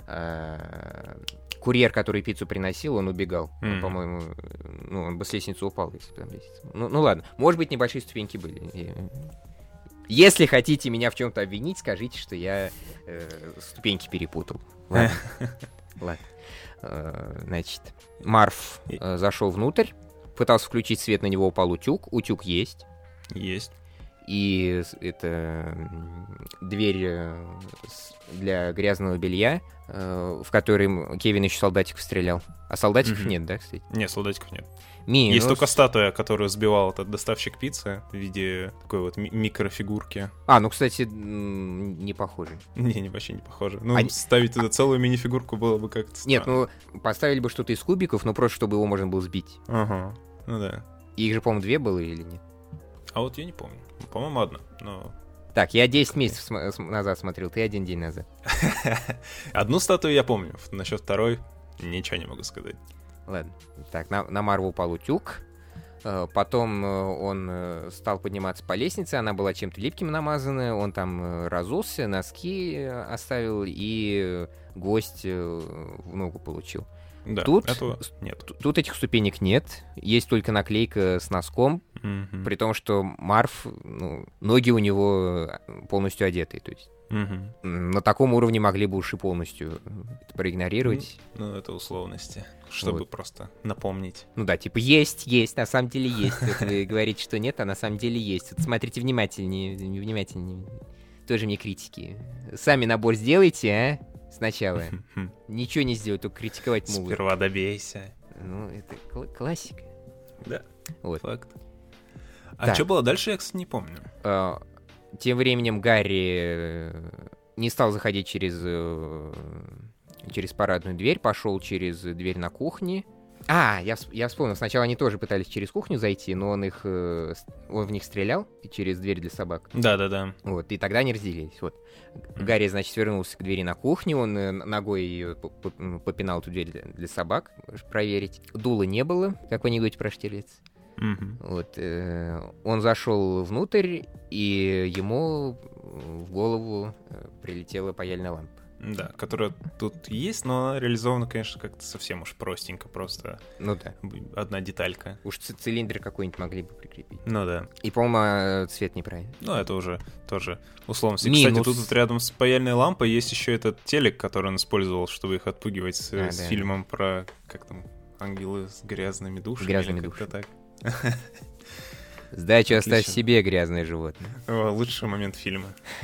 Speaker 2: Э, курьер, который пиццу приносил, он убегал. Mm. Он, по-моему, ну, он бы с лестницы упал, если бы там лестница. Ну, ну ладно, может быть, небольшие ступеньки были. Если хотите меня в чем-то обвинить, скажите, что я э, ступеньки перепутал. Ладно. Ладно. Э, значит, Марв э, зашел внутрь, пытался включить свет, на него упал утюг. Утюг есть.
Speaker 1: Есть.
Speaker 2: И это дверь для грязного белья, в которой Кевин еще солдатиков стрелял. А солдатиков mm-hmm. нет, да, кстати?
Speaker 1: Нет, солдатиков нет.
Speaker 2: Минус.
Speaker 1: Есть только статуя, которую сбивал этот доставщик пиццы в виде такой вот ми- микрофигурки.
Speaker 2: А, ну, кстати, не похоже.
Speaker 1: Не, не вообще не похоже. Ну,
Speaker 2: а...
Speaker 1: ставить туда целую мини-фигурку было бы как-то странно.
Speaker 2: Нет, ну, поставили бы что-то из кубиков, но просто чтобы его можно было сбить.
Speaker 1: Ага, ну да.
Speaker 2: И их же, по-моему, две было или нет?
Speaker 1: А вот я не помню. По-моему, одна, но...
Speaker 2: Так, я десять месяцев см- назад смотрел, ты один день назад.
Speaker 1: Одну статую я помню, насчет второй ничего не могу сказать.
Speaker 2: Ладно, так, на, на Марву упал утюг, потом он стал подниматься по лестнице, она была чем-то липким намазана, он там разулся, носки оставил и гость в ногу получил.
Speaker 1: Да,
Speaker 2: тут,
Speaker 1: этого нет.
Speaker 2: Тут, тут этих ступенек нет, есть только наклейка с носком,
Speaker 1: mm-hmm.
Speaker 2: при том, что Марв, ну, ноги у него полностью одеты, то есть
Speaker 1: mm-hmm.
Speaker 2: на таком уровне могли бы уж и полностью это проигнорировать.
Speaker 1: Ну, это условности, чтобы вот. Просто напомнить.
Speaker 2: Ну да, типа есть, есть, на самом деле есть. Вот вы говорите, что нет, а на самом деле есть. Вот смотрите внимательнее, внимательнее. Тоже мне критики. Сами набор сделайте, а? Сначала. Ничего не сделать, только критиковать могут.
Speaker 1: Сперва добейся.
Speaker 2: Ну, это кл- классика.
Speaker 1: Да,
Speaker 2: вот.
Speaker 1: Факт. А так. Что было дальше, я, кстати, не помню.
Speaker 2: А, тем временем Гарри не стал заходить через, через парадную дверь, пошел через дверь на кухне. А, я, я вспомнил, сначала они тоже пытались через кухню зайти, но он их, он в них стрелял через дверь для собак.
Speaker 1: Да-да-да.
Speaker 2: Вот, и тогда они разделились, вот. Mm. Гарри, значит, вернулся к двери на кухню, он ногой ее попинал эту дверь для, для собак, проверить. Дула не было, как в анекдоте про Штирлиц.
Speaker 1: Mm-hmm.
Speaker 2: Вот, э, он зашел внутрь, и ему в голову прилетела паяльная лампа.
Speaker 1: Да, которая тут есть, но реализована, конечно, как-то совсем уж простенько, просто
Speaker 2: ну да.
Speaker 1: Одна деталька.
Speaker 2: Уж ц- цилиндр какой-нибудь могли бы прикрепить.
Speaker 1: Ну да.
Speaker 2: И, по-моему, цвет неправильный.
Speaker 1: Ну, это уже тоже условности. Минус. Кстати, тут вот рядом с паяльной лампой есть еще этот телек, который он использовал, чтобы их отпугивать с, а, с да, фильмом да. про, как там, ангелы с грязными душами.
Speaker 2: С грязными
Speaker 1: или
Speaker 2: душами.
Speaker 1: Так.
Speaker 2: Сдачу оставь себе, грязное животное.
Speaker 1: О, лучший момент фильма.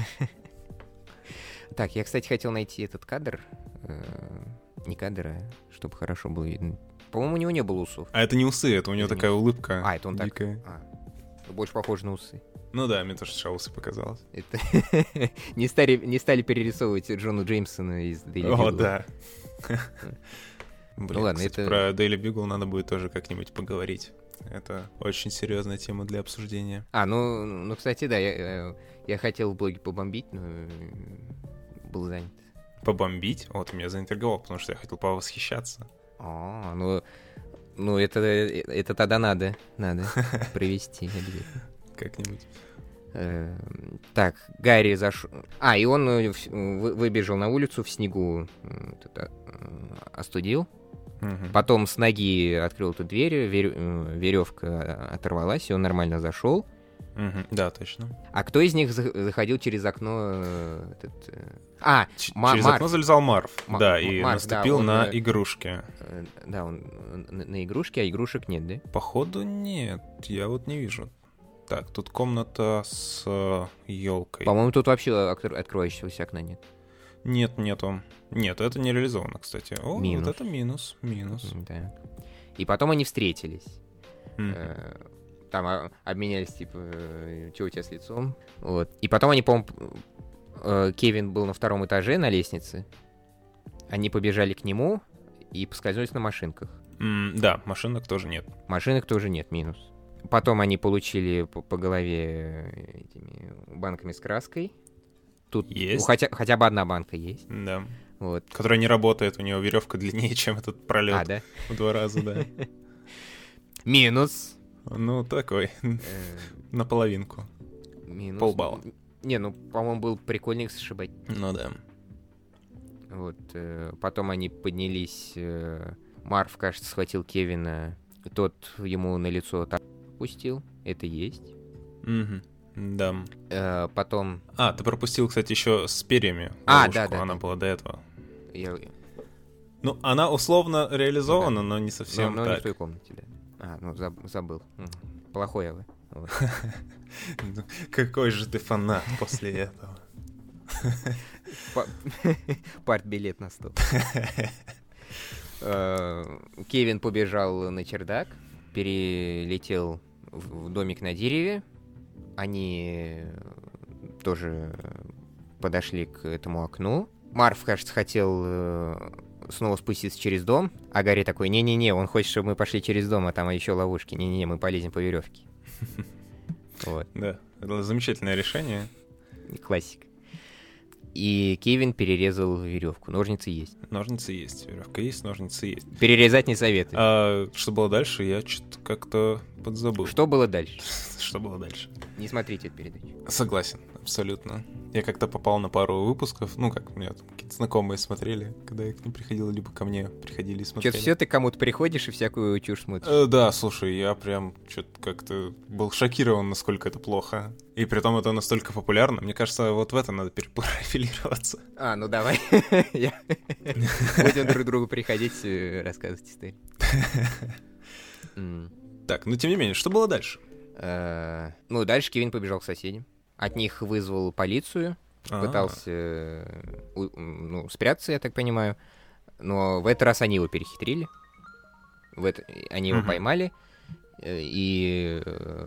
Speaker 2: Так, я, кстати, хотел найти этот кадр. Э, не кадр, а чтобы хорошо было видно. По-моему, у него не было усов.
Speaker 1: А это не усы, это у него Или такая не... улыбка.
Speaker 2: А, это он
Speaker 1: дикая.
Speaker 2: так? А, больше похоже на усы.
Speaker 1: Ну да, мне тоже сначала усы показалось.
Speaker 2: Это не, стали, не стали перерисовывать Джона Джеймсона из Daily Bugle.
Speaker 1: О, да. Блин,
Speaker 2: ну ладно,
Speaker 1: кстати,
Speaker 2: это...
Speaker 1: про Daily Bugle надо будет тоже как-нибудь поговорить. Это очень серьезная тема для обсуждения.
Speaker 2: А, ну, ну кстати, да, я, я хотел в блоге побомбить, но был занят.
Speaker 1: Побомбить? Вот, меня заинтриговал, потому что я хотел повосхищаться.
Speaker 2: А, ну, ну это, это тогда надо, надо провести обязательно.
Speaker 1: Как-нибудь.
Speaker 2: Так, Гарри зашел... А, и он выбежал на улицу в снегу, остудил.
Speaker 1: Угу.
Speaker 2: Потом с ноги открыл эту дверь, веревка оторвалась, и он нормально зашел.
Speaker 1: Угу. Да, точно.
Speaker 2: А кто из них заходил через окно? Этот... А,
Speaker 1: Ч-
Speaker 2: Ма-
Speaker 1: через
Speaker 2: Марв.
Speaker 1: окно залезал Марв,
Speaker 2: Ма-
Speaker 1: да, и
Speaker 2: Марв,
Speaker 1: наступил
Speaker 2: да, он,
Speaker 1: на
Speaker 2: э...
Speaker 1: игрушки.
Speaker 2: Да, он на, на игрушки, а игрушек нет, да?
Speaker 1: Походу нет, я вот не вижу. Так, тут комната с елкой.
Speaker 2: По-моему, тут вообще открывающегося окна нет.
Speaker 1: Нет, нету. Нет, это не реализовано, кстати. О,
Speaker 2: минус.
Speaker 1: Вот это минус, минус.
Speaker 2: Да. И потом они встретились.
Speaker 1: Mm.
Speaker 2: Там обменялись, типа, что у тебя с лицом. Вот. И потом они, по-моему, Кевин был на втором этаже на лестнице. Они побежали к нему и поскользнулись на машинках.
Speaker 1: Mm, да, машинок тоже нет.
Speaker 2: Машинок тоже нет, минус. Потом они получили по, по голове этими банками с краской. Тут
Speaker 1: есть.
Speaker 2: Ну, хотя, хотя бы одна банка есть.
Speaker 1: Да.
Speaker 2: Вот.
Speaker 1: Которая не работает, у него веревка длиннее, чем этот пролет.
Speaker 2: А, да?
Speaker 1: В два раза, да.
Speaker 2: Минус.
Speaker 1: Ну, такой. Наполовинку.
Speaker 2: Минус.
Speaker 1: Полбалла.
Speaker 2: Не, ну, по-моему, был прикольник сшибать.
Speaker 1: Ну да.
Speaker 2: Вот. Потом они поднялись. Марв, кажется, схватил Кевина. Тот ему на лицо так пустил. Это есть.
Speaker 1: Угу. Да.
Speaker 2: Э, потом...
Speaker 1: А, ты пропустил, кстати, еще с перьями
Speaker 2: а,
Speaker 1: ловушку.
Speaker 2: да, да,
Speaker 1: Она
Speaker 2: да.
Speaker 1: была до этого.
Speaker 2: Я...
Speaker 1: Ну, она условно реализована, да. но не совсем
Speaker 2: но, но
Speaker 1: так.
Speaker 2: Но не в той комнате, да. А, ну, забыл. Плохой я вы.
Speaker 1: Какой же ты фанат после этого.
Speaker 2: Партбилет на стол. Кевин побежал на чердак, перелетел в домик на дереве. Они тоже подошли к этому окну. Марв, кажется, хотел э, снова спуститься через дом, а Гарри такой: не-не-не, он хочет, чтобы мы пошли через дом, а там еще ловушки. Не-не-не, мы полезем по веревке. Вот.
Speaker 1: Да, это замечательное решение.
Speaker 2: Классика. И Кевин перерезал веревку. Ножницы есть.
Speaker 1: Ножницы есть, веревка есть, ножницы есть.
Speaker 2: Перерезать не советую.
Speaker 1: А что было дальше, я что-то как-то подзабыл.
Speaker 2: Что было дальше?
Speaker 1: Что было дальше?
Speaker 2: Не смотрите эту передачу.
Speaker 1: Согласен, абсолютно. Я как-то попал на пару выпусков, ну, как у меня там какие-то знакомые смотрели, когда я к ним приходил, либо ко мне приходили и смотрели.
Speaker 2: Что-то все ты кому-то приходишь и всякую чушь смотришь.
Speaker 1: Э, да, слушай, я прям что-то как-то был шокирован, насколько это плохо. И при том это настолько популярно. Мне кажется, вот в это надо перепрофилироваться.
Speaker 2: А, ну давай. Будем друг другу приходить, рассказывать истории.
Speaker 1: Так, ну тем не менее, что было дальше?
Speaker 2: Ну, дальше Кевин побежал к соседям. От них вызвал полицию, пытался ну, спрятаться, я так понимаю. Но в этот раз они его перехитрили. В это... Они его поймали. И...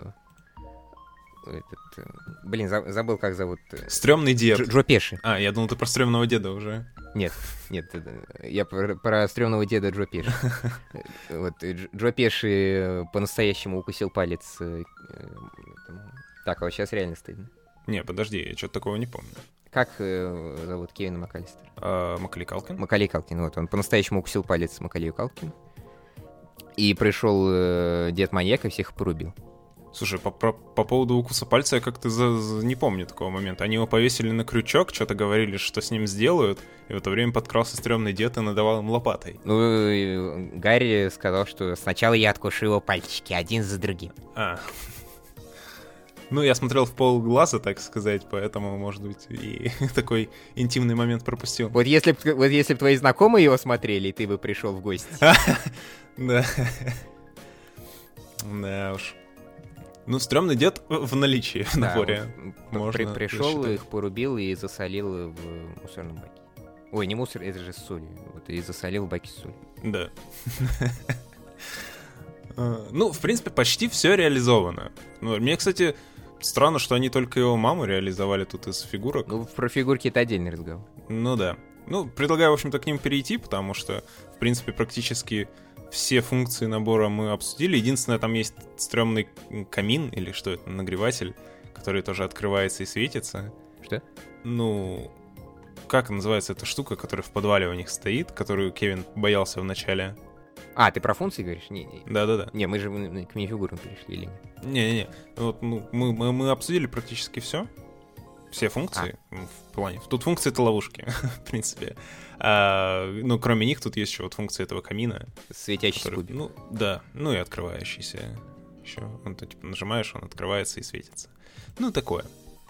Speaker 2: Этот... Блин, забыл, как зовут.
Speaker 1: Стрёмный дед.
Speaker 2: Джо Пеши.
Speaker 1: А, я думал, ты про стрёмного деда уже.
Speaker 2: Нет, нет, я про, про стрёмного деда Джо Пеши. Вот, Джо Пеши по-настоящему укусил палец. Так, а вот сейчас реально стыдно.
Speaker 1: Не, подожди, я что-то такого не помню.
Speaker 2: Как э, зовут Кевина МакАлистера?
Speaker 1: А, Маколей Калкин?
Speaker 2: Маколей Калкин, вот, он по-настоящему укусил палец Маколею Калкину. И пришел э, дед-маньяк и всех порубил.
Speaker 1: Слушай, по, по, по поводу укуса пальца я как-то за, за, не помню такого момента. Они его повесили на крючок, что-то говорили, что с ним сделают, и в это время подкрался стрёмный дед и надавал им лопатой.
Speaker 2: Ну, Гарри сказал, что сначала я откушу его пальчики, один за другим.
Speaker 1: А. Ну, я смотрел в полглаза, так сказать, поэтому, может быть, и такой интимный момент пропустил.
Speaker 2: Вот если бы вот если б твои знакомые его смотрели, и ты бы пришел в гости.
Speaker 1: Да. Да уж. Ну, стрёмный дед в наличии в наборе.
Speaker 2: Можно пришел, их порубил и засолил в мусорном баке. Ой, не мусор, это же соль. Вот и засолил в баке с солью.
Speaker 1: Да. Ну, в принципе, почти все реализовано. Ну, мне, кстати, странно, что они только его маму реализовали тут из фигурок.
Speaker 2: Ну, про фигурки это отдельный разговор.
Speaker 1: Ну да. Ну, предлагаю, в общем-то, к ним перейти, потому что, в принципе, практически все функции набора мы обсудили. Единственное, там есть стрёмный камин, или что это, нагреватель, который тоже открывается и светится.
Speaker 2: Что?
Speaker 1: Ну, как называется эта штука, которая в подвале у них стоит, которую Кевин боялся в начале?
Speaker 2: А, ты про функции говоришь? Не, не.
Speaker 1: Да-да-да.
Speaker 2: Не, мы же к минифигурам перешли или нет?
Speaker 1: Не-не-не. Вот, ну, мы, мы, мы обсудили практически все. Все функции. А. В плане. Тут функции — это ловушки, в принципе. А, ну, кроме них, тут есть еще вот функция этого камина.
Speaker 2: Светящийся кубик.
Speaker 1: Ну, да. Ну, и открывающийся еще. Он, ты, типа, нажимаешь, он открывается и светится. Ну, такое.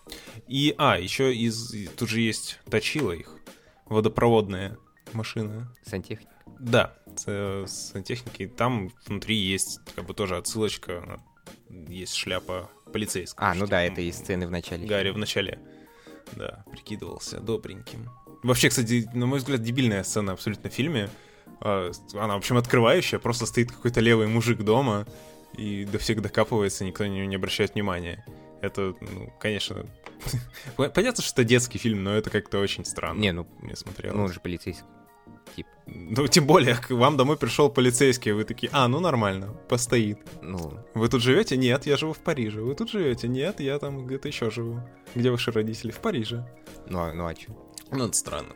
Speaker 1: И, а, еще из... Тут же есть точила их. Водопроводная машина.
Speaker 2: Сантехника.
Speaker 1: Да, сантехники. Там внутри есть как бы тоже отсылочка. Есть шляпа полицейского.
Speaker 2: А, ну да, это из сцены в начале.
Speaker 1: Гарри в начале, да, прикидывался добреньким. Вообще, кстати, на мой взгляд, дебильная сцена абсолютно в фильме. Она, в общем, открывающая. Просто стоит какой-то левый мужик дома и до всех докапывается, никто на него не обращает внимания. Это, ну, конечно... Понятно, что это детский фильм, но это как-то очень странно.
Speaker 2: Не, ну,
Speaker 1: мне смотрелось.
Speaker 2: Ну, он же полицейский. Тип.
Speaker 1: Ну, тем более, к вам домой пришел полицейский, вы такие, а, ну нормально, постоит.
Speaker 2: Ну.
Speaker 1: Вы тут живете? Нет, я живу в Париже. Вы тут живете? Нет, я там где-то еще живу. Где ваши родители? В Париже.
Speaker 2: Ну, а, ну а что?
Speaker 1: Ну, это странно.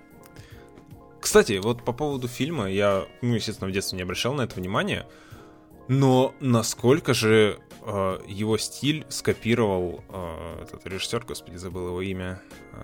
Speaker 1: Кстати, вот по поводу фильма, я, ну, естественно, в детстве не обращал на это внимания, но насколько же э, его стиль скопировал э, этот режиссер, господи, забыл его имя.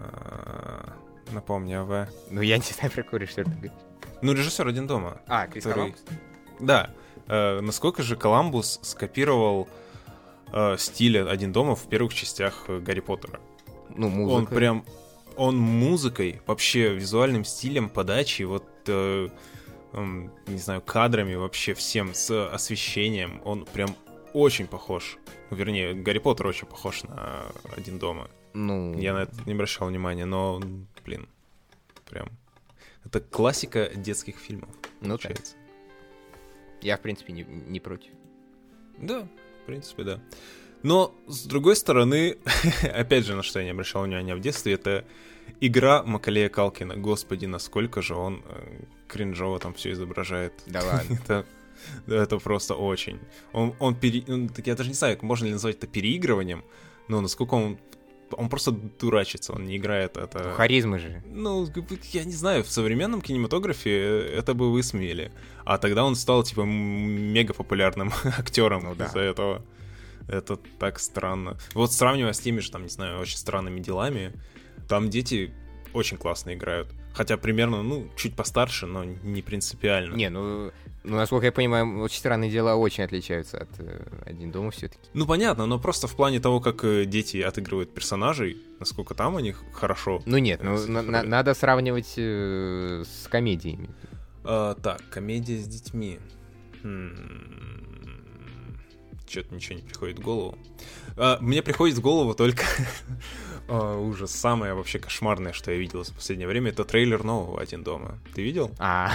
Speaker 1: Э, напомни, АВ.
Speaker 2: Ну, я не знаю, про какой режиссер ты говоришь.
Speaker 1: Ну, режиссер «Один дома».
Speaker 2: А, Крис который... Коламбус?
Speaker 1: Да. Э, насколько же Коламбус скопировал э, стиль «Один дома» в первых частях Гарри Поттера.
Speaker 2: Ну, музыка.
Speaker 1: Он прям... Он музыкой, вообще визуальным стилем подачи, вот, э, э, не знаю, кадрами, вообще всем, с освещением, он прям очень похож. Ну, вернее, Гарри Поттер очень похож на «Один дома».
Speaker 2: Ну...
Speaker 1: Я на это не обращал внимания, но, блин, прям... Это классика детских фильмов,
Speaker 2: ну,
Speaker 1: получается.
Speaker 2: Так. Я, в принципе, не, не против.
Speaker 1: Да, в принципе, да. Но, с другой стороны, опять же, на что я не обращал внимания в детстве, это игра Маколея Калкина. Господи, насколько же он э, кринжово там все изображает.
Speaker 2: Да ладно.
Speaker 1: это, это просто очень. Он, он, пере... он, я даже не знаю, можно ли назвать это переигрыванием, но насколько он он просто дурачится, он не играет это...
Speaker 2: Харизмы же.
Speaker 1: Ну, я не знаю, в современном кинематографе это бы высмеяли. А тогда он стал, типа, мега популярным актером ну, из-за да. этого. Это так странно. Вот сравнивая с теми же, там, не знаю, очень странными делами, там дети очень классно играют. Хотя примерно, ну, чуть постарше, но не принципиально.
Speaker 2: Не, ну, ну насколько я понимаю, «Очень странные дела» очень отличаются от э, «Один дома» все-таки.
Speaker 1: Ну, понятно, но просто в плане того, как э, дети отыгрывают персонажей, насколько там у них хорошо.
Speaker 2: Ну нет, ну на- на- надо сравнивать э, с комедиями.
Speaker 1: А, так, комедия с детьми. М-м- Что-то ничего не приходит в голову. А, мне приходит в голову только... О, ужас. Самое вообще кошмарное, что я видел за последнее время, это трейлер нового «Один дома». Ты видел?
Speaker 2: А.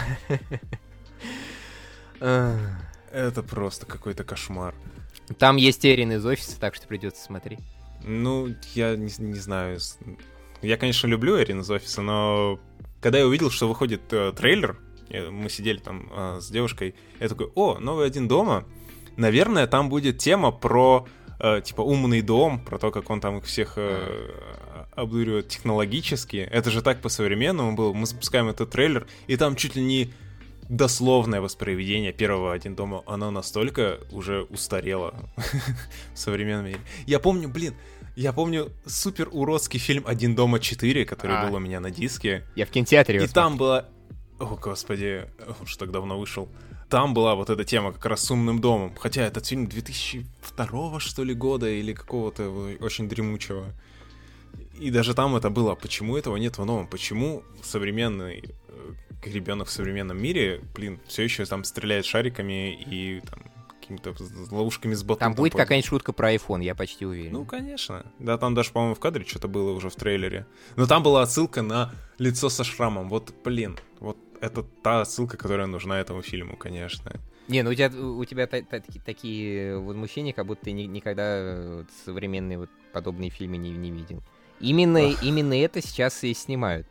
Speaker 1: Это просто какой-то кошмар.
Speaker 2: Там есть Эрин из «Офиса», так что придется смотреть.
Speaker 1: Ну, я не, не знаю. Я, конечно, люблю Эрин из «Офиса», но когда я увидел, что выходит э, трейлер, мы сидели там э, с девушкой, я такой: о, новый «Один дома». Наверное, там будет тема про... типа умный дом, про то, как он там их всех э, обдуривает технологически. Это же так по-современному было. Мы запускаем этот трейлер, и там чуть ли не дословное воспроизведение первого «Один дома». Оно настолько уже устарело в современном мире. Я помню, блин, я помню супер уродский фильм «Один дома четыре», который а. был у меня на диске.
Speaker 2: Я в кинотеатре его
Speaker 1: И там была... О, господи, он же так давно вышел. Там была вот эта тема как раз с умным домом. Хотя этот фильм две тысячи второго, что ли, года, или какого-то очень дремучего. И даже там это было. Почему этого нет в новом? Почему современный ребенок в современном мире, блин, все еще там стреляет шариками и там какими-то ловушками с ботом.
Speaker 2: Там будет там какая-нибудь шутка про iPhone, я почти уверен.
Speaker 1: Ну, конечно. Да, там даже, по-моему, в кадре что-то было уже в трейлере. Но там была отсылка на лицо со шрамом. Вот, блин, вот это та отсылка, которая нужна этому фильму, конечно.
Speaker 2: Не, ну у тебя, у тебя та- та- такие возмущения, как будто ты ни- никогда вот современные вот подобные фильмы не, не видел. Именно, именно это сейчас и снимают.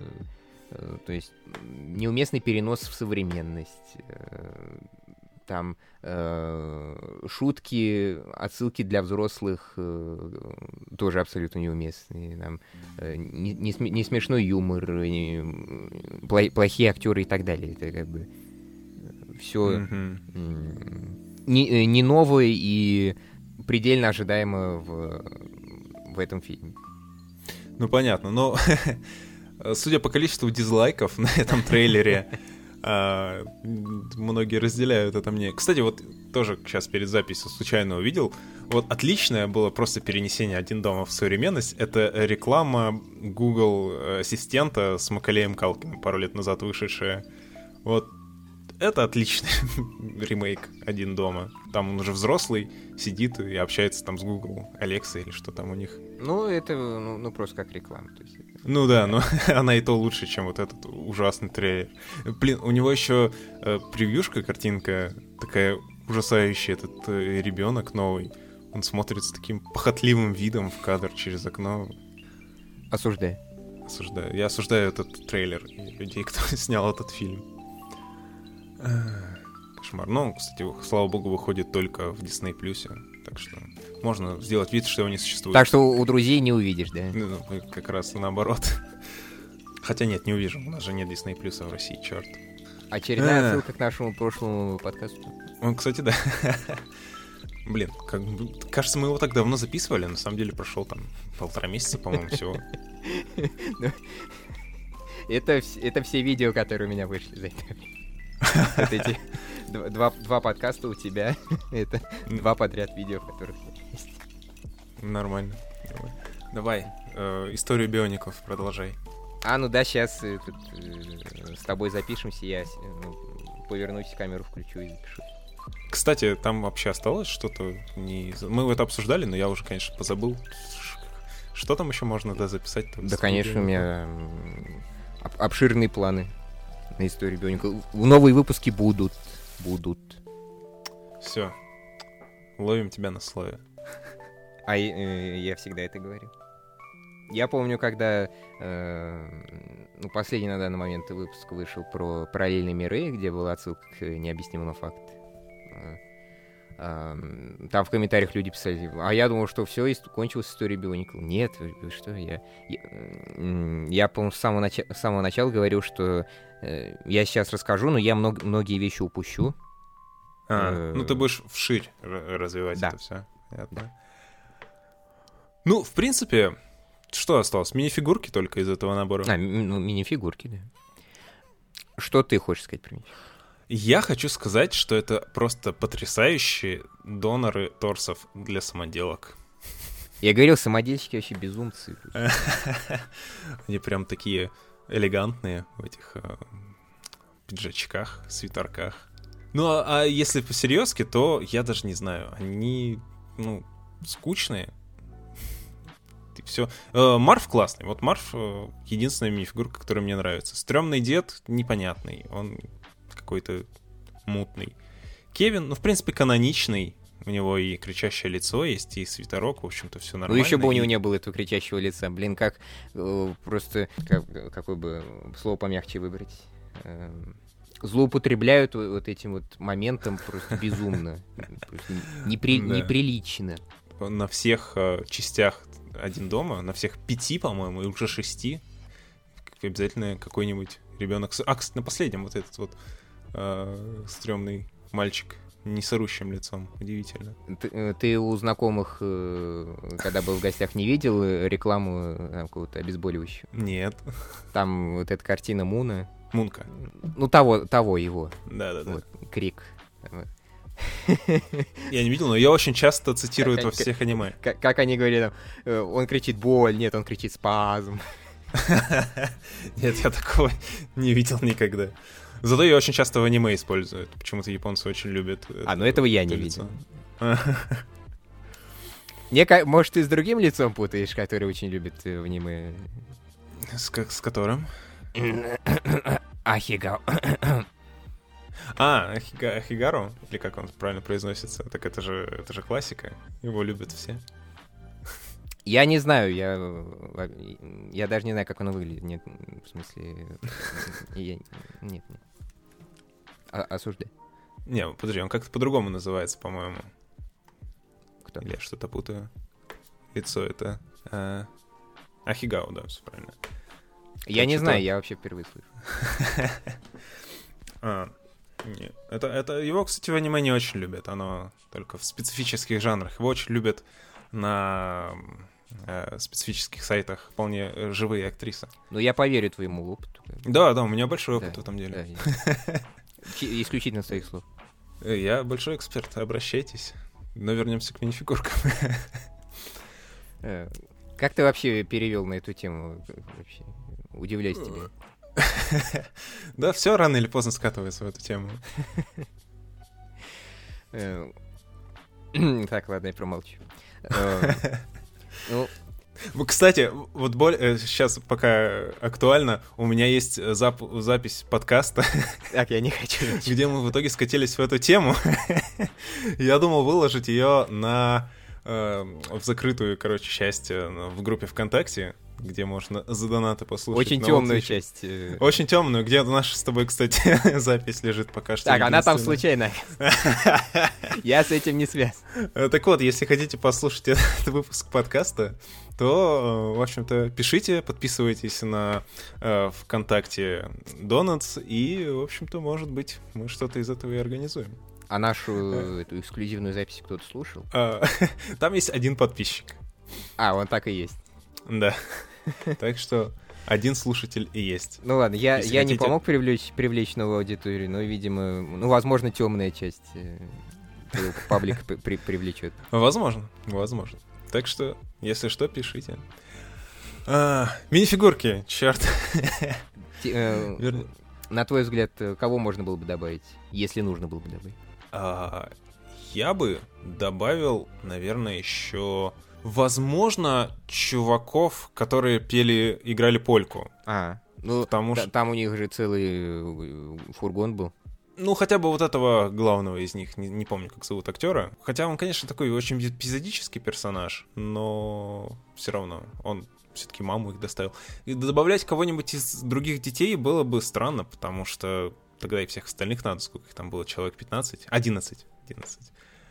Speaker 2: То есть неуместный перенос в современность. Там э, шутки, отсылки для взрослых э, тоже абсолютно неуместные. Там, э, не, не, см- не смешной юмор, не, пло- плохие актеры и так далее. Это как бы все mm-hmm. э, не, не новое и предельно ожидаемо в, в этом фильме.
Speaker 1: Ну, понятно, но судя по количеству дизлайков на этом трейлере, Uh, многие разделяют это мнение. Кстати, вот тоже сейчас перед записью случайно увидел. Вот отличное было просто перенесение «Один дома» в современность. Это реклама Google ассистента с Макалеем Калкиным, пару лет назад вышедшая. Вот это отличный ремейк «Один дома». Там он уже взрослый, сидит и общается там с Google, Alexa или что там у них.
Speaker 2: Ну, это ну, ну просто как реклама. То есть...
Speaker 1: Ну да, но она и то лучше, чем вот этот ужасный трейлер. Блин, у него еще э, превьюшка, картинка такая ужасающая, этот э, ребенок новый. Он смотрит с таким похотливым видом в кадр через окно.
Speaker 2: Осуждаю.
Speaker 1: Осуждаю. Я осуждаю этот трейлер и людей, кто снял этот фильм. Кошмар. Но он, кстати, слава богу, выходит только в Disney+. Так что можно сделать вид, что его не существует.
Speaker 2: Так что у друзей не увидишь, да?
Speaker 1: Ну, как раз наоборот. Хотя нет, не увижу. У нас же нет Disney+ в России, черт.
Speaker 2: Очередная ссылка к нашему прошлому подкасту.
Speaker 1: Он, кстати, да. Блин, как, кажется, мы его так давно записывали. На самом деле прошел там полтора месяца, по-моему, всего.
Speaker 2: Это, это все видео, которые у меня вышли за это время. Вот эти два, два подкаста у тебя. Это два подряд видео, в которых есть.
Speaker 1: Нормально. Давай, э, историю биоников продолжай.
Speaker 2: А, ну да, сейчас э, тут, э, с тобой запишемся, я ну, повернусь, камеру включу и запишу.
Speaker 1: Кстати, там вообще осталось что-то? Не... Мы это обсуждали, но я уже, конечно, позабыл. Что там еще можно да, записать?
Speaker 2: Да, конечно, у меня об- обширные планы на историю бионика. Новые выпуски будут. Будут.
Speaker 1: Все. Ловим тебя на слове.
Speaker 2: А э, я всегда это говорю. Я помню, когда э, ну, последний на данный момент выпуск вышел про параллельные миры, где была отсылка к необъяснимому факту. Там в комментариях люди писали, а я думал, что все, кончилась история Бионикл. Нет, вы что, я... Я, я по-моему, с самого, нач... с самого начала говорил, что э, я сейчас расскажу, но я мног... многие вещи упущу.
Speaker 1: А, ну ты будешь вширь развивать
Speaker 2: да.
Speaker 1: это все.
Speaker 2: Да.
Speaker 1: Ну, в принципе, что осталось? Мини-фигурки только из этого набора?
Speaker 2: А, ми- ну, мини-фигурки, да. Что ты хочешь сказать про мини-фигурки?
Speaker 1: Я хочу сказать, что это просто потрясающие доноры торсов для самоделок.
Speaker 2: Я говорил, самодельщики вообще безумцы.
Speaker 1: Они прям такие элегантные в этих э, пиджачках, свитерках. Ну, а, а если по-серьезки, то я даже не знаю. Они, ну, скучные. И все. Э, Марв классный. Вот Марв э, единственная мини-фигурка, которая мне нравится. Стрёмный дед непонятный. Он какой-то мутный. Кевин, ну, в принципе, каноничный. У него и кричащее лицо есть, и свитерок, в общем-то, все нормально.
Speaker 2: Ну, еще бы у
Speaker 1: и...
Speaker 2: него не было этого кричащего лица. Блин, как э, просто... Как, какое бы слово помягче выбрать? Э, злоупотребляют вот этим вот моментом просто безумно. Просто непри,
Speaker 1: да.
Speaker 2: Неприлично.
Speaker 1: На всех э, частях «Один дома», на всех пяти, по-моему, и уже шести, обязательно какой-нибудь ребенок... А, кстати, на последнем вот этот вот э, стрёмный мальчик не с орущим лицом. Удивительно.
Speaker 2: Ты, ты у знакомых, когда был в гостях, не видел рекламу какого-то обезболивающего?
Speaker 1: Нет.
Speaker 2: Там вот эта картина Муна.
Speaker 1: Мунка.
Speaker 2: Ну, того, того его.
Speaker 1: Да-да-да.
Speaker 2: Вот, крик.
Speaker 1: Я не видел, но я очень часто цитирую это во всех аниме.
Speaker 2: Как, как они говорят, он кричит боль, нет, он кричит спазм.
Speaker 1: Нет, я такого не видел никогда. Зато я очень часто в аниме использую. Почему-то японцы очень любят.
Speaker 2: А, ну этого я не видел. Мне, может, ты с другим лицом путаешь, который очень любит в аниме?
Speaker 1: С, с которым?
Speaker 2: Ахигао.
Speaker 1: А, Ахига, Ахигару? Или как он правильно произносится? Так это же, это же классика. Его любят все.
Speaker 2: Я не знаю, я, я даже не знаю, как оно выглядит. Нет, в смысле... Я, нет, нет. А, осуждай.
Speaker 1: Не, подожди, он как-то по-другому называется, по-моему.
Speaker 2: Кто?
Speaker 1: Или я что-то путаю. Лицо это... А... Ахигао, да, все правильно.
Speaker 2: Я так не знаю, я вообще впервые слышу.
Speaker 1: А, нет. Это, это... Его, кстати, в аниме не очень любят. Оно только в специфических жанрах. Его очень любят на... э, специфических сайтах вполне живые актрисы.
Speaker 2: Ну, я поверю твоему опыту.
Speaker 1: Да, да, у меня большой опыт
Speaker 2: да,
Speaker 1: в этом деле.
Speaker 2: Да, исключительно своих слов.
Speaker 1: Я большой эксперт, обращайтесь. Но вернемся к мини-фигуркам.
Speaker 2: Как ты вообще перевел на эту тему? Вообще? Удивляюсь тебе.
Speaker 1: Да, все рано или поздно скатывается в эту тему.
Speaker 2: Так, ладно, я промолчу.
Speaker 1: Ну, кстати, вот более, сейчас пока актуально, у меня есть зап- запись подкаста.
Speaker 2: Так, я не хочу.
Speaker 1: Где мы в итоге скатились в эту тему. Я думал выложить ее на э, в закрытую, короче, часть в группе ВКонтакте, где можно за донаты послушать.
Speaker 2: Очень темную часть.
Speaker 1: Очень темную, где наша с тобой, кстати, запись лежит пока что.
Speaker 2: Так, она там случайно. Я с этим не связан.
Speaker 1: Так вот, если хотите послушать этот выпуск подкаста, то, в общем-то, пишите, подписывайтесь на э, ВКонтакте Donuts, и, в общем-то, может быть, мы что-то из этого и организуем.
Speaker 2: А нашу а. эту эксклюзивную запись кто-то слушал?
Speaker 1: А, там есть один подписчик.
Speaker 2: А, он так и есть.
Speaker 1: Да. Так что один слушатель и есть.
Speaker 2: Ну ладно, я, я хотите... не помог привлечь, привлечь новую аудиторию, но, видимо, ну, возможно, темная часть паблика при, привлечет.
Speaker 1: Возможно, возможно. Так что, если что, пишите. А, мини-фигурки, черт.
Speaker 2: Э, Вер... На твой взгляд, кого можно было бы добавить, если нужно было бы добавить?
Speaker 1: А, я бы добавил, наверное, еще... Возможно, чуваков, которые пели, играли польку.
Speaker 2: А, ну,
Speaker 1: Потому
Speaker 2: т-
Speaker 1: что...
Speaker 2: там у них же целый фургон был.
Speaker 1: Ну, хотя бы вот этого главного из них, не, не помню, как зовут актера. Хотя он, конечно, такой очень эпизодический персонаж, но все равно он все-таки маму их доставил. И добавлять кого-нибудь из других детей было бы странно, потому что тогда и всех остальных надо, сколько их там было, человек пятнадцать? одиннадцать. одиннадцать.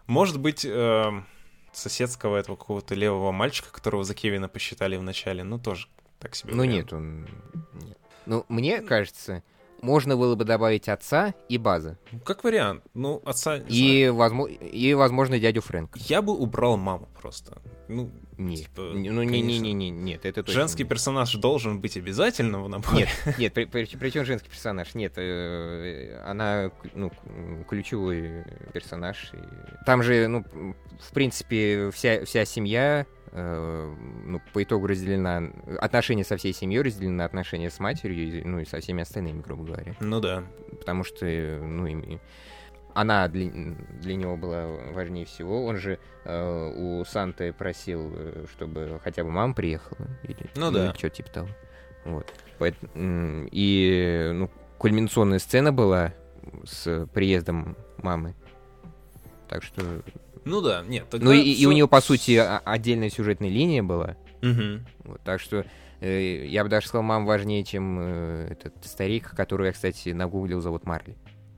Speaker 1: Может быть, э, соседского этого какого-то левого мальчика, которого за Кевина посчитали в начале, ну, тоже так себе.
Speaker 2: Ну,
Speaker 1: вариант.
Speaker 2: нет, он... Нет. Ну, мне кажется, можно было бы добавить отца и База.
Speaker 1: Ну, как вариант. Ну, отца... не
Speaker 2: И,
Speaker 1: знаю.
Speaker 2: возможно, и, возможно, дядю Фрэнка.
Speaker 1: Я бы убрал маму просто. Ну,
Speaker 2: Нет,
Speaker 1: типа,
Speaker 2: ну, не-не-не, нет, это точно.
Speaker 1: женский персонаж должен быть обязательно в наборе.
Speaker 2: Нет, нет, при, при, причем женский персонаж? Нет, э, она, ну, ключевой персонаж. И... Там же, ну, в принципе, вся, вся семья, э, ну, по итогу разделена, отношения со всей семьей разделены на отношения с матерью, ну, и со всеми остальными, грубо говоря.
Speaker 1: Ну да.
Speaker 2: Потому что, ну, и... Она для, для него была важнее всего. Он же э, у Санты просил, чтобы хотя бы мама приехала. Или,
Speaker 1: ну, ну
Speaker 2: да. Что-то типа того. Вот. Поэтому, и ну, кульминационная сцена была с приездом мамы. Так что...
Speaker 1: Ну да, нет.
Speaker 2: Ну и,
Speaker 1: все...
Speaker 2: и у него, по сути, отдельная сюжетная линия была.
Speaker 1: Угу.
Speaker 2: Вот, так что э, я бы даже сказал, мама важнее, чем э, этот старик, которого я, кстати, нагуглил, зовут Марли.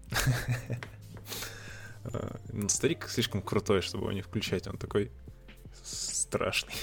Speaker 1: Uh, старик слишком крутой, чтобы его не включать, он такой страшный.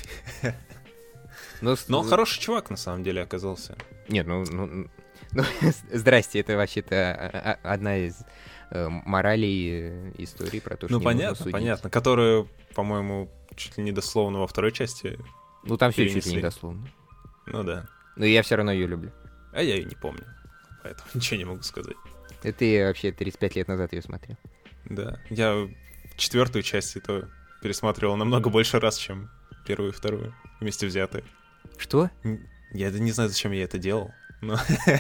Speaker 1: Но, Но хороший чувак, на самом деле, оказался.
Speaker 2: Нет, ну, ну, ну здрасте, это вообще-то одна из э, моралей э, истории про то, что
Speaker 1: ну,
Speaker 2: не
Speaker 1: понятно,
Speaker 2: нужно судить.
Speaker 1: понятно, которую, по-моему, чуть ли не дословно во второй части.
Speaker 2: Ну, там все чуть ли не дословно.
Speaker 1: Ну да.
Speaker 2: Но я все равно ее люблю.
Speaker 1: А я ее не помню, поэтому ничего не могу сказать.
Speaker 2: Это я вообще тридцать пять лет назад ее смотрел.
Speaker 1: Да, я четвертую часть это пересматривал намного больше раз, чем первую и вторую вместе взятые.
Speaker 2: Что?
Speaker 1: Я не знаю, зачем я это делал, но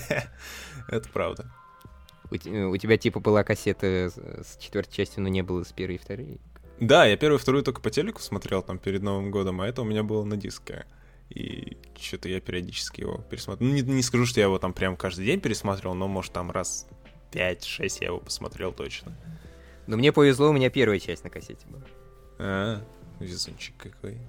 Speaker 1: это правда.
Speaker 2: У, у тебя типа была кассета с четвертой частью, но не было с первой и второй?
Speaker 1: Да, я первую и вторую только по телеку смотрел там перед Новым годом, а это у меня было на диске. И что-то я периодически его пересматривал. Ну, не, не скажу, что я его там прям каждый день пересматривал, но, может, там раз пять-шесть я его посмотрел точно.
Speaker 2: Но мне повезло, у меня первая часть на кассете была.
Speaker 1: А, везунчик какой.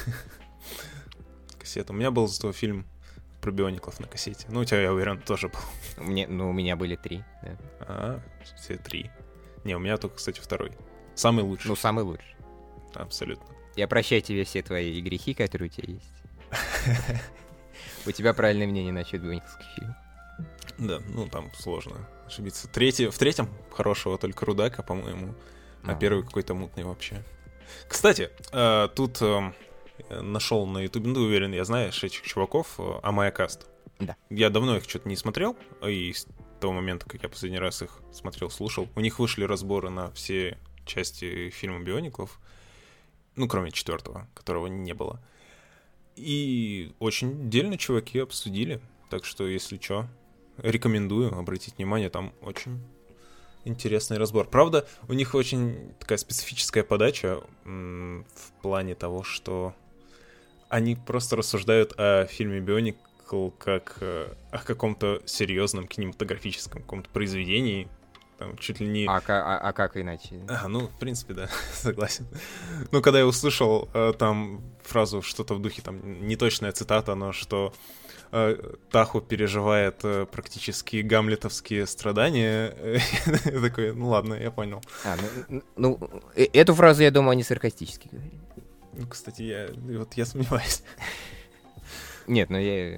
Speaker 1: Кассета. У меня был зато фильм про биониклов на кассете. Ну, у тебя, я уверен, тоже был.
Speaker 2: Мне, ну, у меня были три, да.
Speaker 1: А, все три. Не, у меня только, кстати, второй. Самый лучший.
Speaker 2: Ну, самый лучший.
Speaker 1: Абсолютно.
Speaker 2: Я прощаю тебе все твои грехи, которые у тебя есть. У тебя правильное мнение насчет биониклских фильмов.
Speaker 1: Да, ну там сложно ошибиться. Третий, в третьем хорошего только Рудака, по-моему, а, а первый какой-то мутный вообще. Кстати, э, тут э, нашел на Ютубе, ну, уверен, я знаешь этих чуваков, э, Амаякаст.
Speaker 2: Да.
Speaker 1: Я давно их что-то не смотрел, и с того момента, как я последний раз их смотрел, слушал, у них вышли разборы на все части фильма «Биониклов», ну, кроме четвертого, которого не было. И очень дельно чуваки обсудили, так что, если что... Рекомендую обратить внимание, там очень интересный разбор. Правда, у них очень такая специфическая подача м- в плане того, что они просто рассуждают о фильме «Бионикл» как э, о каком-то серьезном кинематографическом каком-то произведении. Там чуть ли не...
Speaker 2: А, а, а как иначе?
Speaker 1: А, ну, в принципе, да, согласен. Ну, когда я услышал э, там фразу, что-то в духе, там, неточная цитата, но что э, Таху переживает э, практически гамлетовские страдания, я такой, ну ладно, я понял.
Speaker 2: А, ну, ну, эту фразу, я думаю, они саркастически говорили.
Speaker 1: Ну, кстати, я, вот я сомневаюсь.
Speaker 2: Нет, ну я...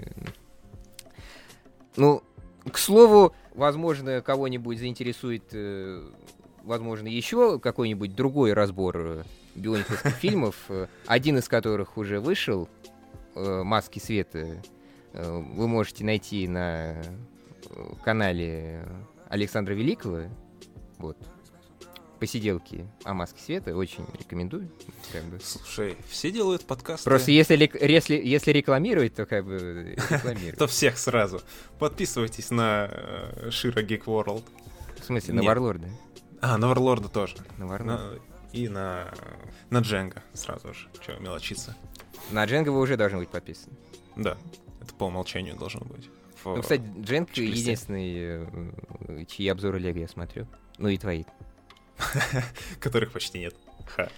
Speaker 2: Ну, к слову, возможно, кого-нибудь заинтересует, э, возможно, еще какой-нибудь другой разбор э, биониклских фильмов, э, один из которых уже вышел, э, «Маски света», э, вы можете найти на канале Александра Великого. Вот. Посиделки о «Маске света», очень рекомендую. Как бы.
Speaker 1: Слушай, все делают подкасты.
Speaker 2: Просто если, если, если рекламировать, то как бы рекламировать.
Speaker 1: То всех сразу. Подписывайтесь на Широ Geek World.
Speaker 2: В смысле, на Варлорда?
Speaker 1: А, на Варлорда тоже.
Speaker 2: На Варлорда.
Speaker 1: И на, на Дженга сразу же. Че, мелочиться.
Speaker 2: На Дженга вы уже должны быть подписаны.
Speaker 1: Да, это по умолчанию должно быть.
Speaker 2: Ну, кстати, Дженг единственный, чьи обзоры Лего я смотрю. Ну и твои.
Speaker 1: Которых почти нет. Ха.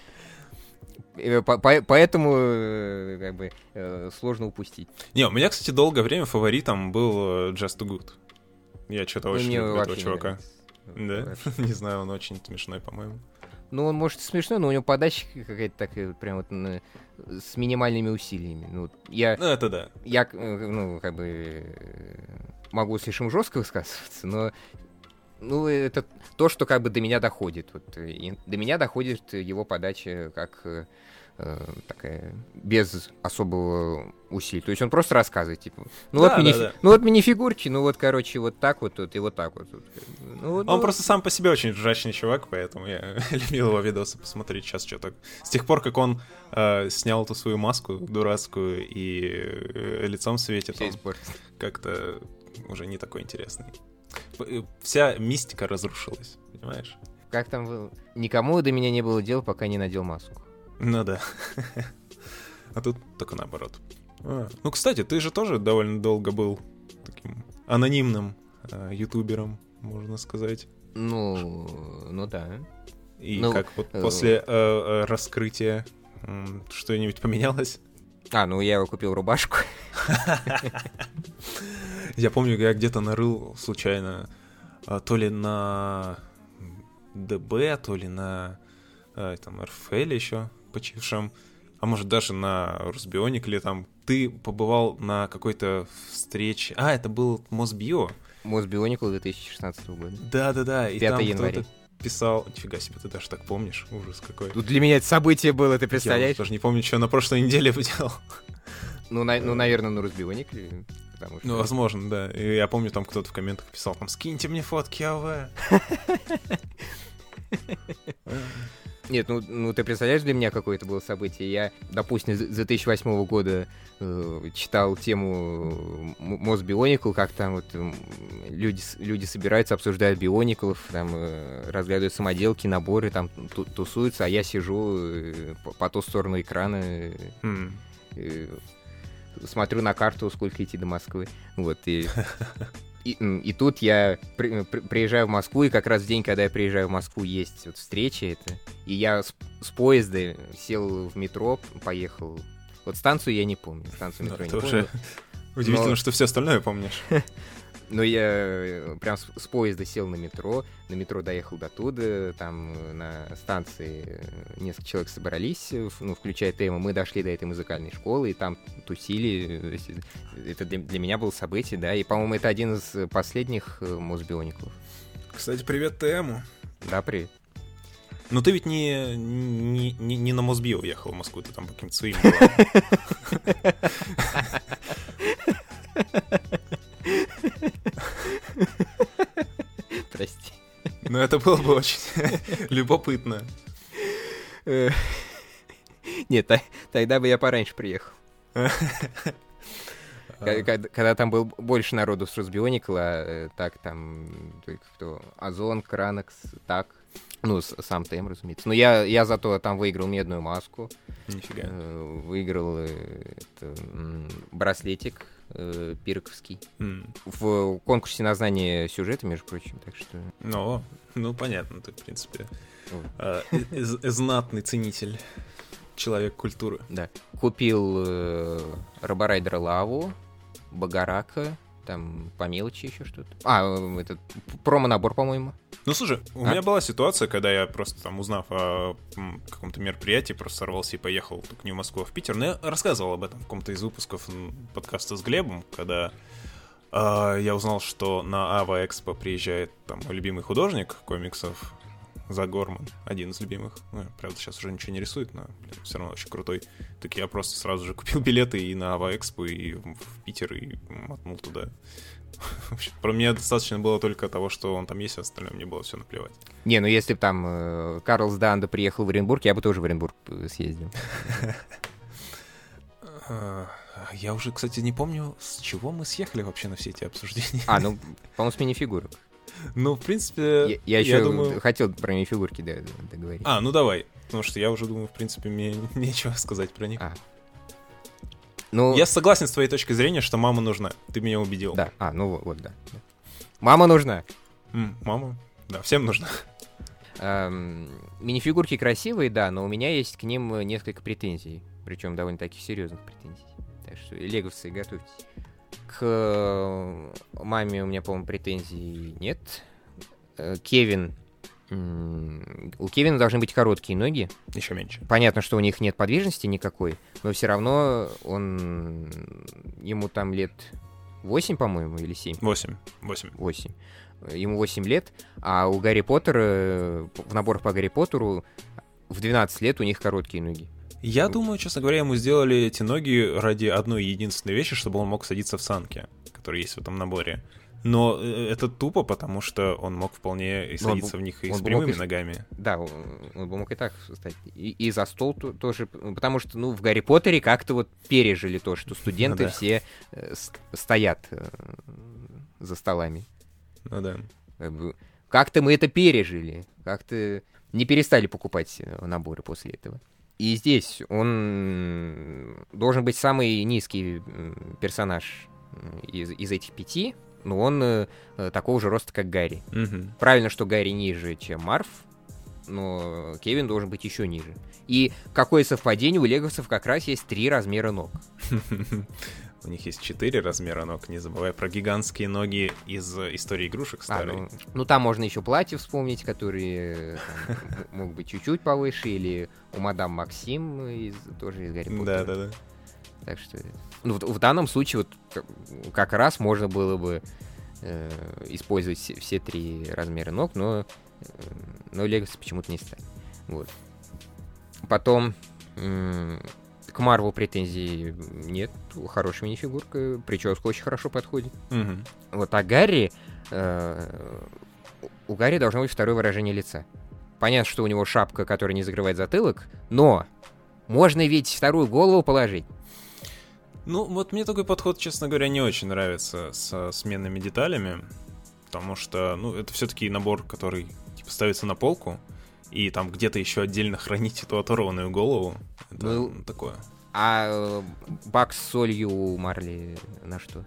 Speaker 2: Поэтому как бы сложно упустить.
Speaker 1: Не, у меня, кстати, долгое время фаворитом был Just Too Good. Я что-то очень люблю этого чувака. Да? Не знаю, он очень смешной, по-моему.
Speaker 2: Ну, он, может, и смешной, но у него подача какая-то такая, прям вот на, с минимальными усилиями. Ну, я,
Speaker 1: Ну, это да.
Speaker 2: Я, ну, как бы, могу слишком жестко высказываться, но, ну, это то, что как бы до меня доходит. Вот, и до меня доходит его подача как э, такая, без особого усилия. То есть он просто рассказывает, типа, ну,
Speaker 1: Да,
Speaker 2: вот, мини,
Speaker 1: да, да.
Speaker 2: ну вот минифигурки, ну вот, короче, вот так вот, вот и вот так вот. Ну,
Speaker 1: Он
Speaker 2: ну,
Speaker 1: просто сам по себе очень ржачный чувак, поэтому я любил его видосы посмотреть сейчас что-то. С тех пор, как он э, снял эту свою маску дурацкую и э, лицом светит,
Speaker 2: все
Speaker 1: он
Speaker 2: испортил.
Speaker 1: как-то уже не такой интересный. Вся мистика разрушилась, понимаешь?
Speaker 2: Как там было? Никому до меня не было дела, пока не надел маску.
Speaker 1: Ну да. А тут только наоборот. А, ну, кстати, ты же тоже довольно долго был таким анонимным э, ютубером, можно сказать.
Speaker 2: Ну, ну да.
Speaker 1: И
Speaker 2: ну,
Speaker 1: как вот
Speaker 2: э...
Speaker 1: после э, э, раскрытия э, что-нибудь поменялось?
Speaker 2: А, ну я его купил рубашку.
Speaker 1: Я помню, я где-то нарыл случайно то ли на ДБ, то ли на там эр эф эль еще почившем, а может даже на Русбионик, или там ты побывал на какой-то встрече. А, это был Мосбио.
Speaker 2: Мосбионикл две тысячи шестнадцатого года.
Speaker 1: Да-да-да, и там
Speaker 2: января.
Speaker 1: кто-то писал... Нифига себе, ты даже так помнишь? Ужас какой.
Speaker 2: Тут для меня это событие было, ты представляешь?
Speaker 1: Я даже не помню, что я на прошлой неделе делал.
Speaker 2: Ну, на, ну наверное, на Русбионикле. Что...
Speaker 1: Ну, возможно, да. И я помню, там кто-то в комментах писал, там, скиньте мне фотки АВ.
Speaker 2: Нет, ну, ну ты представляешь, для меня какое это было событие? Я, допустим, с две тысячи восьмого года э, читал тему Мосбионикл, как там вот э, люди, люди собираются, обсуждают биониклов, там э, разглядывают самоделки, наборы, там ту тусуются, а я сижу э, по, по ту сторону экрана, э,
Speaker 1: mm.
Speaker 2: э, смотрю на карту, сколько идти до Москвы. Вот, и... И, и тут я при, при, приезжаю в Москву, и как раз в день, когда я приезжаю в Москву, есть вот встреча это. И я с, с поезда сел в метро, поехал. Вот станцию я не помню, станцию метро
Speaker 1: да,
Speaker 2: не
Speaker 1: это
Speaker 2: помню.
Speaker 1: Уже удивительно,
Speaker 2: но...
Speaker 1: что все остальное помнишь.
Speaker 2: Но я прям с, с поезда сел на метро, на метро доехал до туда, там на станции несколько человек собрались, ну, включая Тему, мы дошли до этой музыкальной школы, и там тусили, это для, для меня было событие, да, и, по-моему, это один из последних Мосбиониклов.
Speaker 1: Кстати, привет Тему.
Speaker 2: Да, привет.
Speaker 1: Но ты ведь не, не, не, не на Мосбио уехал в Москву, ты там по каким-то своим делам.
Speaker 2: Прости.
Speaker 1: Ну, это было бы очень любопытно.
Speaker 2: Нет, тогда бы я пораньше приехал. Когда там был больше народу с Русбионикла, а так там только кто, Озон, Кранекс, так. Ну, сам Тэм, разумеется. Но я, я зато там выиграл медную маску.
Speaker 1: Нифига.
Speaker 2: Выиграл это, браслетик э, пирковский.
Speaker 1: Mm.
Speaker 2: В конкурсе на знание сюжета, между прочим, так что...
Speaker 1: Ну, ну понятно, ты, в принципе,
Speaker 2: вот.
Speaker 1: э, э, э, знатный ценитель, человек культуры.
Speaker 2: Да. Купил э, Роборайдера Лаву, Багарака, там по мелочи еще что-то. А, этот промо-набор, по-моему.
Speaker 1: Ну, слушай, у а? меня была ситуация, когда я просто там, узнав о м, каком-то мероприятии, просто сорвался и поехал так, не в Москву, а в Питер. Но я рассказывал об этом в каком-то из выпусков подкаста с Глебом, когда э, я узнал, что на Ава Экспо приезжает там мой любимый художник комиксов Зак Горман, один из любимых. Ну, правда, сейчас уже ничего не рисует, но, блин, все равно очень крутой. Так я просто сразу же купил билеты и на Ава Экспо, и в Питер, и мотнул туда. В общем, про меня достаточно было только того, что он там есть, а остальное мне было все наплевать.
Speaker 2: Не, ну если бы там э, Карлс Данда приехал в Оренбург, я бы тоже в Оренбург съездил.
Speaker 1: Я уже, кстати, не помню, с чего мы съехали вообще на все эти обсуждения.
Speaker 2: А, ну, по-моему, с минифигурок.
Speaker 1: Ну, в принципе,
Speaker 2: я, я еще
Speaker 1: я думаю...
Speaker 2: хотел про минифигурки договорить.
Speaker 1: А, ну давай, потому что я уже думаю, в принципе, мне нечего сказать про них.
Speaker 2: А. Ну...
Speaker 1: Я согласен с твоей точкой зрения, что мама нужна. Ты меня убедил.
Speaker 2: Да, а, ну вот, вот да. Мама нужна.
Speaker 1: М, мама? Да, всем нужна.
Speaker 2: Эм, минифигурки красивые, да, но у меня есть к ним несколько претензий. Причем довольно-таки серьезных претензий. Так что, леговцы, готовьтесь. К маме у меня, по-моему, претензий нет. Кевин У Кевина должны быть короткие ноги.
Speaker 1: Еще меньше.
Speaker 2: Понятно, что у них нет подвижности никакой, но все равно он... Ему там лет восемь, по-моему, или семь?
Speaker 1: Восемь. Восемь.
Speaker 2: Восемь. Ему восемь лет, а у Гарри Поттера, в наборах по Гарри Поттеру в двенадцать лет у них короткие ноги.
Speaker 1: Я думаю, честно говоря, ему сделали эти ноги ради одной единственной вещи, чтобы он мог садиться в санки, которые есть в этом наборе. Но это тупо, потому что он мог вполне и садиться
Speaker 2: он,
Speaker 1: в них и
Speaker 2: с
Speaker 1: прямыми
Speaker 2: и...
Speaker 1: ногами.
Speaker 2: Да, он, он бы мог и так встать. И, и за стол тоже, потому что, ну, в Гарри Поттере как-то вот пережили то, что студенты
Speaker 1: ну, да.
Speaker 2: все э, стоят э, за столами.
Speaker 1: Ну да.
Speaker 2: Как-то мы это пережили, как-то не перестали покупать наборы после этого. И здесь он должен быть самый низкий персонаж из, из этих пяти, но он э, такого же роста, как Гарри.
Speaker 1: Угу.
Speaker 2: Правильно, что Гарри ниже, чем Марв, но Кевин должен быть еще ниже. И какое совпадение, у леговцев как раз есть три размера ног.
Speaker 1: У них есть четыре размера ног, не забывай про гигантские ноги из истории игрушек старой.
Speaker 2: А, ну, ну, там можно еще платья вспомнить, которые там, могут быть чуть-чуть повыше, или у мадам Максим из, тоже из Гарри Поттера.
Speaker 1: Да-да-да.
Speaker 2: Так что ну, в, в данном случае вот как раз можно было бы э, использовать все, все три размера ног, но, э, но леговцы почему-то не стали. Вот. Потом... М- К Марву претензий нет, хорошая мини-фигурка, прическа очень хорошо подходит.
Speaker 1: Угу.
Speaker 2: Вот, а Гарри, э, у Гарри должно быть второе выражение лица. Понятно, что у него шапка, которая не закрывает затылок, но можно ведь вторую голову положить.
Speaker 1: Ну, вот мне такой подход, честно говоря, не очень нравится со сменными деталями, потому что, ну, это все-таки набор, который, типа, ставится на полку, и там где-то еще отдельно хранить эту оторванную голову. Это ну, такое.
Speaker 2: А э, бак с солью у Марли на что?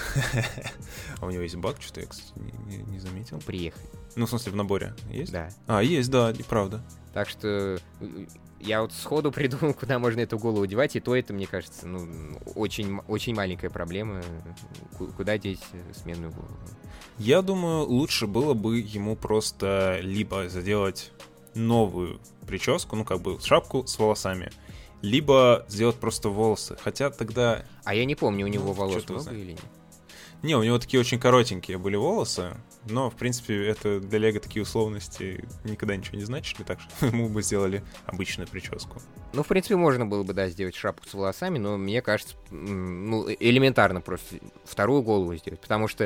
Speaker 1: А у него есть бак? Что-то я, кстати, не, не, не заметил.
Speaker 2: Приехали.
Speaker 1: Ну, в смысле, в наборе есть?
Speaker 2: Да.
Speaker 1: А, есть, да, и правда.
Speaker 2: Так что я вот сходу придумал, куда можно эту голову девать, и то это, мне кажется, ну, очень, очень маленькая проблема. Куда деть сменную голову?
Speaker 1: Я думаю, лучше было бы ему просто либо заделать новую прическу, ну, как бы шапку с волосами, либо сделать просто волосы. Хотя тогда...
Speaker 2: А я не помню, у него ну, волос много
Speaker 1: знаю.
Speaker 2: или нет?
Speaker 1: Не, у него такие очень коротенькие были волосы, но, в принципе, это для Лего такие условности никогда ничего не значили, так что ему бы сделали обычную прическу.
Speaker 2: Ну, в принципе, можно было бы, да, сделать шапку с волосами, но мне кажется, ну, элементарно просто вторую голову сделать, потому что,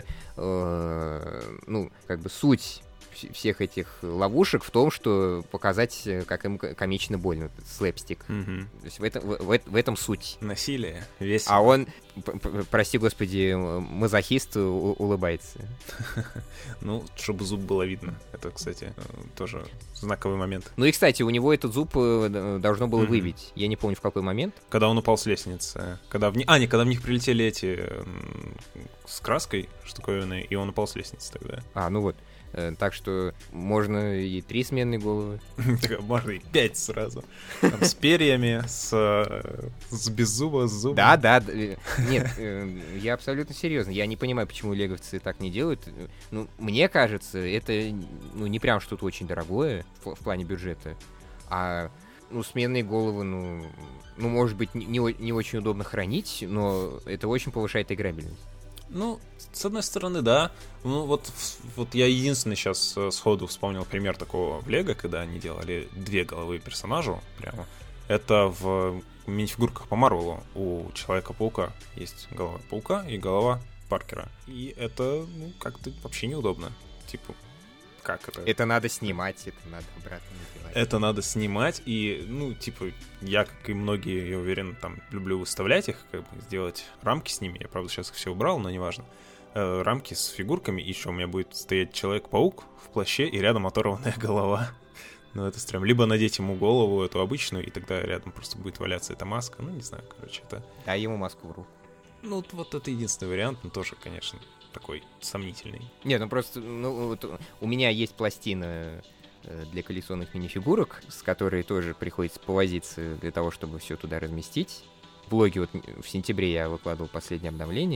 Speaker 2: э, ну, как бы суть всех этих ловушек в том, что показать, как им комично больно, слэпстик.
Speaker 1: Mm-hmm.
Speaker 2: То есть в этом, в, в этом суть.
Speaker 1: Насилие, весело.
Speaker 2: А он, прости господи, мазохист улыбается.
Speaker 1: Ну, чтобы зуб было видно. Это, кстати, тоже знаковый момент.
Speaker 2: Ну и, кстати, у него этот зуб должно было mm-hmm. выбить. Я не помню, в какой момент.
Speaker 1: Когда он упал с лестницы. Когда в... А, не, когда в них прилетели эти с краской штуковины, и он упал с лестницы тогда.
Speaker 2: А, ну вот. Так что можно и три сменные головы.
Speaker 1: Можно и пять сразу. Там, с перьями, с, с без зуба, с зубом.
Speaker 2: Да, да. Нет, я абсолютно серьезно. Я не понимаю, почему леговцы так не делают. Ну, мне кажется, это ну, не прям что-то очень дорогое в, в плане бюджета. А ну, сменные головы, ну, ну может быть, не, не очень удобно хранить, но это очень повышает играбельность.
Speaker 1: Ну, с одной стороны, да. Ну, вот, вот я единственный сейчас сходу вспомнил пример такого в Лего, когда они делали две головы персонажу прямо. Это в мини-фигурках по Марвелу. У Человека-паука есть голова паука и голова Паркера. И это, ну, как-то вообще неудобно. Типа, как это?
Speaker 2: Это надо снимать, это надо обратно надевать.
Speaker 1: Это надо снимать, и, ну, типа, я, как и многие, я уверен, там, люблю выставлять их, как бы сделать рамки с ними. Я, правда, сейчас их все убрал, но неважно. Э, рамки с фигурками, и еще у меня будет стоять Человек-паук в плаще, и рядом оторванная голова. Ну, это стрём. Либо надеть ему голову, эту обычную, и тогда рядом просто будет валяться эта маска. Ну, не знаю, короче, это...
Speaker 2: Дай ему маску в руку.
Speaker 1: Ну, вот это единственный вариант, но тоже, конечно, такой сомнительный.
Speaker 2: Нет, ну просто, ну, вот у меня есть пластина для коллекционных мини-фигурок, с которой тоже приходится повозиться для того, чтобы все туда разместить. В блоге вот в сентябре я выкладывал последнее обновление,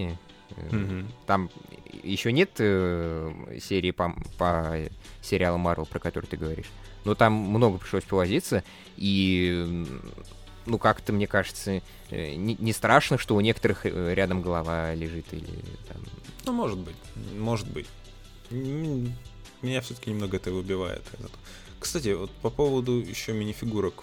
Speaker 1: Mm-hmm.
Speaker 2: Там еще нет э, серии по, по сериалу Marvel, про который ты говоришь. Но там много пришлось повозиться, и, ну, как-то, мне кажется, не, не страшно, что у некоторых рядом голова лежит или там...
Speaker 1: Ну, может быть, может быть. Меня все-таки немного это выбивает. Кстати, вот по поводу еще мини-фигурок.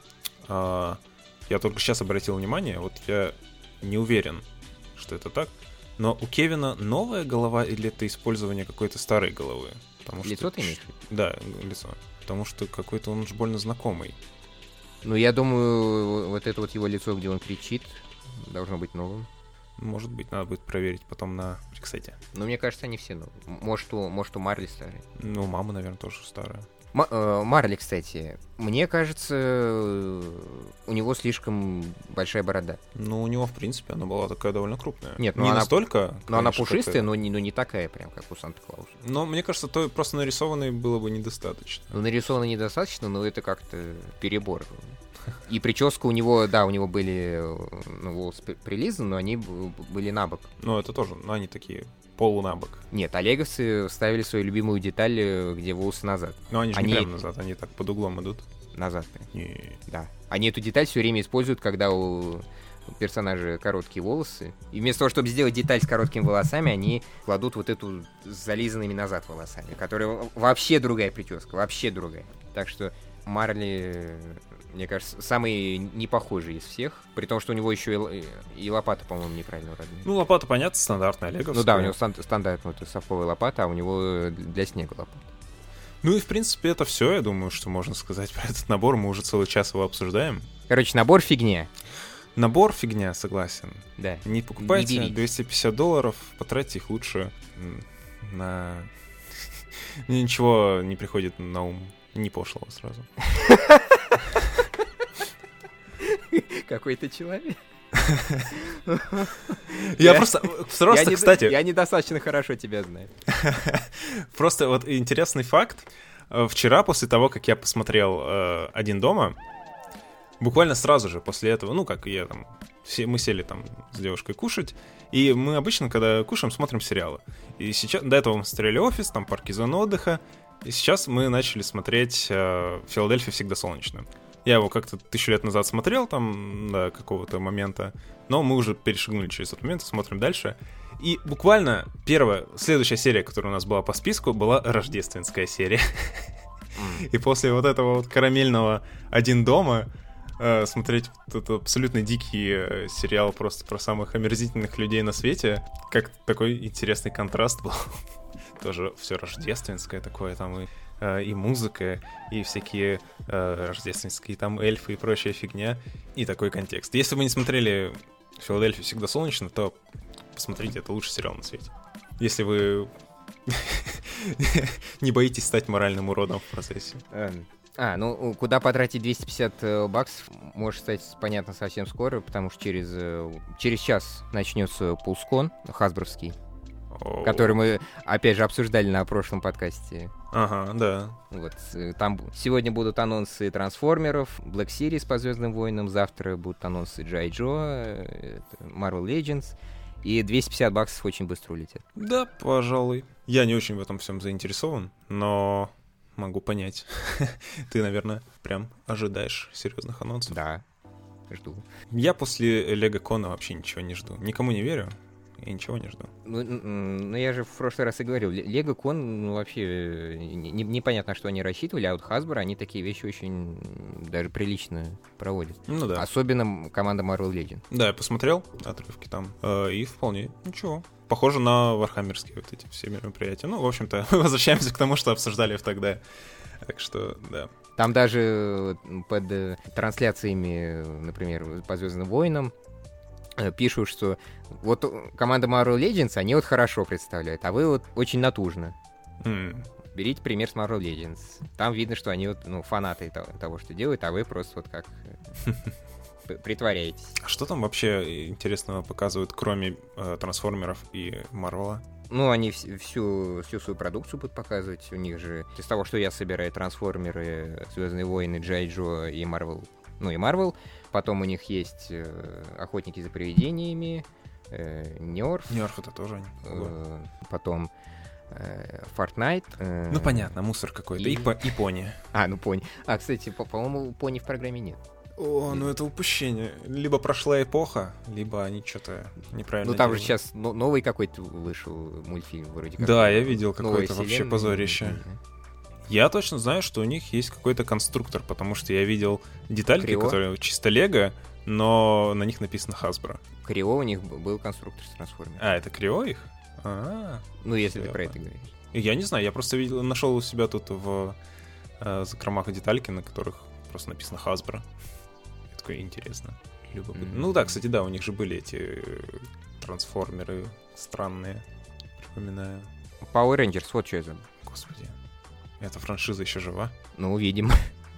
Speaker 1: Я только сейчас обратил внимание, вот я не уверен, что это так, но у Кевина новая голова или это использование какой-то старой головы? Потому
Speaker 2: лицо
Speaker 1: что...
Speaker 2: ты имеешь?
Speaker 1: Да, лицо. Потому что какой-то он уж больно знакомый.
Speaker 2: Ну, я думаю, вот это вот его лицо, где он кричит, должно быть новым.
Speaker 1: Может быть, надо будет проверить потом на Фиксете.
Speaker 2: Но мне кажется, они все новые. Может, у, может, у Марли старые.
Speaker 1: Ну, мама, наверное, тоже старая.
Speaker 2: М- э, Марли, кстати, мне кажется, у него слишком большая борода.
Speaker 1: Ну, у него, в принципе, она была такая довольно крупная.
Speaker 2: Нет, ну
Speaker 1: не
Speaker 2: она,
Speaker 1: настолько.
Speaker 2: Но она
Speaker 1: конечно,
Speaker 2: пушистая,
Speaker 1: как...
Speaker 2: но, не, но не такая прям, как у Санта-Клауса.
Speaker 1: Но мне кажется, то просто нарисованной было бы недостаточно.
Speaker 2: Ну, нарисовано недостаточно, но это как-то перебор. И прическа у него, да, у него были, ну, волосы прилизаны, но они были набок.
Speaker 1: Ну, это тоже, ну, они такие полунабок.
Speaker 2: Нет, олеговцы вставили свою любимую деталь, где волосы назад.
Speaker 1: Ну, они же
Speaker 2: они...
Speaker 1: не прям назад, они так под углом идут.
Speaker 2: Назад.
Speaker 1: Не.
Speaker 2: Да. Они эту деталь все время используют, когда у персонажа короткие волосы. И вместо того, чтобы сделать деталь с короткими волосами, они кладут вот эту с зализанными назад волосами, которая вообще другая прическа, вообще другая. Так что Марли, мне кажется, самый непохожий из всех, при том, что у него еще и, и лопата, по-моему, неправильно уравнена.
Speaker 1: Ну, лопата, понятно, стандартная олеговская.
Speaker 2: Ну да, у него стан- стандартная вот, совковая лопата, а у него для снега лопата.
Speaker 1: Ну и, в принципе, это все, я думаю, что можно сказать про этот набор. Мы уже целый час его обсуждаем.
Speaker 2: Короче, набор фигня.
Speaker 1: Набор фигня, согласен.
Speaker 2: Да.
Speaker 1: Не покупайте,
Speaker 2: не
Speaker 1: двести пятьдесят долларов, потратьте их лучше на... Мне ничего не приходит на ум. Не пошлого сразу.
Speaker 2: Какой ты человек.
Speaker 1: Я просто... Просто, кстати...
Speaker 2: Я недостаточно хорошо тебя знаю.
Speaker 1: Просто вот интересный факт. Вчера, после того, как я посмотрел «Один дома», буквально сразу же после этого, ну, как я там... Мы сели там с девушкой кушать, и мы обычно, когда кушаем, смотрим сериалы. И сейчас... До этого мы смотрели «Офис», там «Парки и зоны отдыха», и сейчас мы начали смотреть э, «Филадельфия всегда солнечно». Я его как-то тысячу лет назад смотрел там до какого-то момента, но мы уже перешагнули через этот момент и смотрим дальше. И буквально первая, следующая серия, которая у нас была по списку, была рождественская серия. Mm. И после вот этого вот карамельного «Один дома» э, смотреть вот этот абсолютно дикий э, сериал просто про самых омерзительных людей на свете, как такой интересный контраст был. Тоже все рождественское такое, там и, э, и музыка, и всякие э, рождественские там эльфы и прочая фигня, и такой контекст. Если вы не смотрели «Филадельфию всегда солнечно», то посмотрите, это лучший сериал на свете. Если вы не боитесь стать моральным уродом в процессе.
Speaker 2: А, ну, куда потратить двести пятьдесят баксов, может стать понятно совсем скоро, потому что через, через час начнется Пулскон хасбровский, oh. который мы, опять же, обсуждали на прошлом подкасте.
Speaker 1: Ага, да.
Speaker 2: Вот, там сегодня будут анонсы трансформеров, Black Series по Звездным войнам, завтра будут анонсы Джай Джо, Marvel Legends, и двести пятьдесят баксов очень быстро улетят.
Speaker 1: Да, пожалуй. Я не очень в этом всем заинтересован, но... Могу понять. Ты, наверное, прям ожидаешь серьезных анонсов.
Speaker 2: Да, жду.
Speaker 1: Я после Лего-кона вообще ничего не жду. Никому не верю и ничего не жду.
Speaker 2: Ну, ну я же в прошлый раз и говорил, Лего-кон, ну, вообще не, непонятно, на что они рассчитывали, а вот Hasbro, они такие вещи очень даже прилично проводят.
Speaker 1: Ну да.
Speaker 2: Особенно команда Marvel Legends.
Speaker 1: Да, я посмотрел отрывки там, э, и вполне ничего. Похоже на вархаммерские вот эти все мероприятия. Ну, в общем-то, возвращаемся к тому, что обсуждали тогда. Так что, да.
Speaker 2: Там даже под трансляциями, например, по Звездным войнам пишут, что вот команда Marvel Legends, они вот хорошо представляют, а вы вот очень натужно. Mm. Берите пример с Marvel Legends. Там видно, что они вот, ну, фанаты того, что делают, а вы просто вот как... притворяетесь.
Speaker 1: А что там вообще интересного показывают, кроме э, трансформеров и Марвела?
Speaker 2: Ну, они в- всю, всю свою продукцию будут показывать. У них же из того, что я собираю, трансформеры, Звездные войны, Джай Джо и Марвел. Ну и Марвел. Потом у них есть э, Охотники за привидениями, э, Nerf.
Speaker 1: Nerf это тоже они.
Speaker 2: Э, потом э, Fortnite. Э,
Speaker 1: ну, понятно, мусор какой-то. И, и, по, и пони.
Speaker 2: А, ну пони. А, кстати, по- по-моему, пони в программе нет.
Speaker 1: О, ну это упущение. Либо прошла эпоха, либо они что-то неправильно
Speaker 2: Ну там
Speaker 1: делают.
Speaker 2: же сейчас но- новый какой-то вышел мультфильм вроде как.
Speaker 1: Да, я видел
Speaker 2: Новая
Speaker 1: какое-то вообще
Speaker 2: вселенная.
Speaker 1: позорище. Я точно знаю, что у них есть какой-то конструктор, потому что я видел детальки,
Speaker 2: Крио?
Speaker 1: которые чисто Лего, но на них написано Hasbro.
Speaker 2: Крио у них б- был конструктор с трансформером.
Speaker 1: А, это Крио их? А,
Speaker 2: Ну, если ты
Speaker 1: понятно.
Speaker 2: про это говоришь.
Speaker 1: я не знаю, я просто видел, нашел у себя тут в э, закромах детальки, на которых просто написано Hasbro. Я такой, интересно, любопытно.
Speaker 2: Mm-hmm.
Speaker 1: Ну да, кстати, да, у них же были эти э, трансформеры странные, припоминаю.
Speaker 2: Power Rangers, вот что я забыл.
Speaker 1: Господи, эта франшиза еще жива?
Speaker 2: Ну, увидим.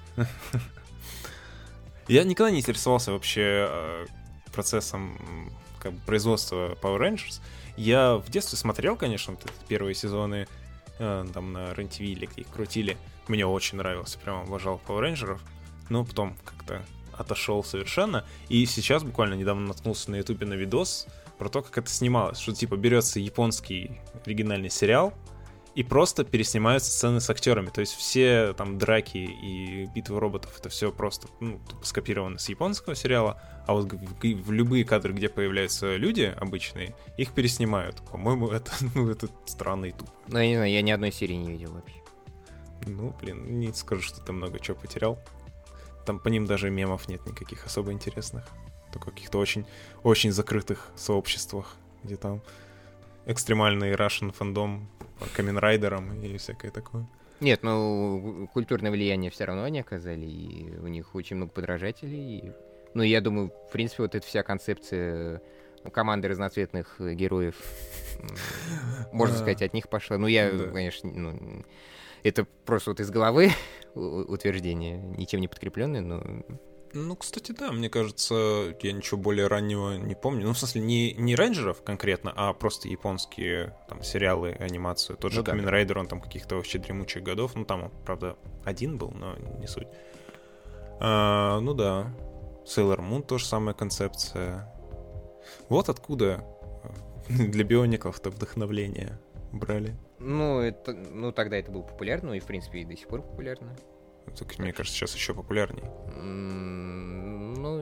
Speaker 1: Я никогда не интересовался вообще э, процессом м, как бы, производства Power Rangers. Я в детстве смотрел, конечно, вот эти первые сезоны э, там на рен ти ви или где их крутили. Мне очень нравился, прям обожал Power Ranger'ов. Но потом как-то отошел совершенно. И сейчас буквально недавно наткнулся на ютубе на видос про то, как это снималось. Что типа берется японский оригинальный сериал, и просто переснимаются сцены с актерами. То есть все там драки и битвы роботов, это все просто ну, тупо скопировано с японского сериала, а вот в, в любые кадры, где появляются люди обычные, их переснимают. По-моему, это, ну, это странно и тупо.
Speaker 2: Ну, я не знаю, я ни одной серии не видел вообще.
Speaker 1: Ну, блин, не скажу, что ты много чего потерял. Там по ним даже мемов нет никаких особо интересных. Только в каких-то очень, очень закрытых сообществах, где там экстремальный Russian фандом по Камен Райдерам и всякое такое.
Speaker 2: Нет, ну, культурное влияние все равно они оказали, и у них очень много подражателей. И... Ну, я думаю, в принципе, вот эта вся концепция команды разноцветных героев, можно сказать, от них пошла. Ну, я, конечно, ну, это просто вот из головы утверждение, ничем не подкрепленное, но...
Speaker 1: Ну, кстати, да, мне кажется, я ничего более раннего не помню. Ну, в смысле, не, не рейнджеров конкретно, а просто японские там сериалы, анимацию. Тот же
Speaker 2: Ну да.
Speaker 1: Камен Райдер, он там каких-то вообще дремучих годов. Ну, там, правда, один был, но не суть. А, ну да. Sailor Moon тоже самая концепция. Вот откуда для биоников-то вдохновление брали.
Speaker 2: Ну, это, ну, тогда это было популярно, ну и, в принципе, и до сих пор популярно.
Speaker 1: Так, мне кажется, сейчас еще популярнее.
Speaker 2: М, Ну...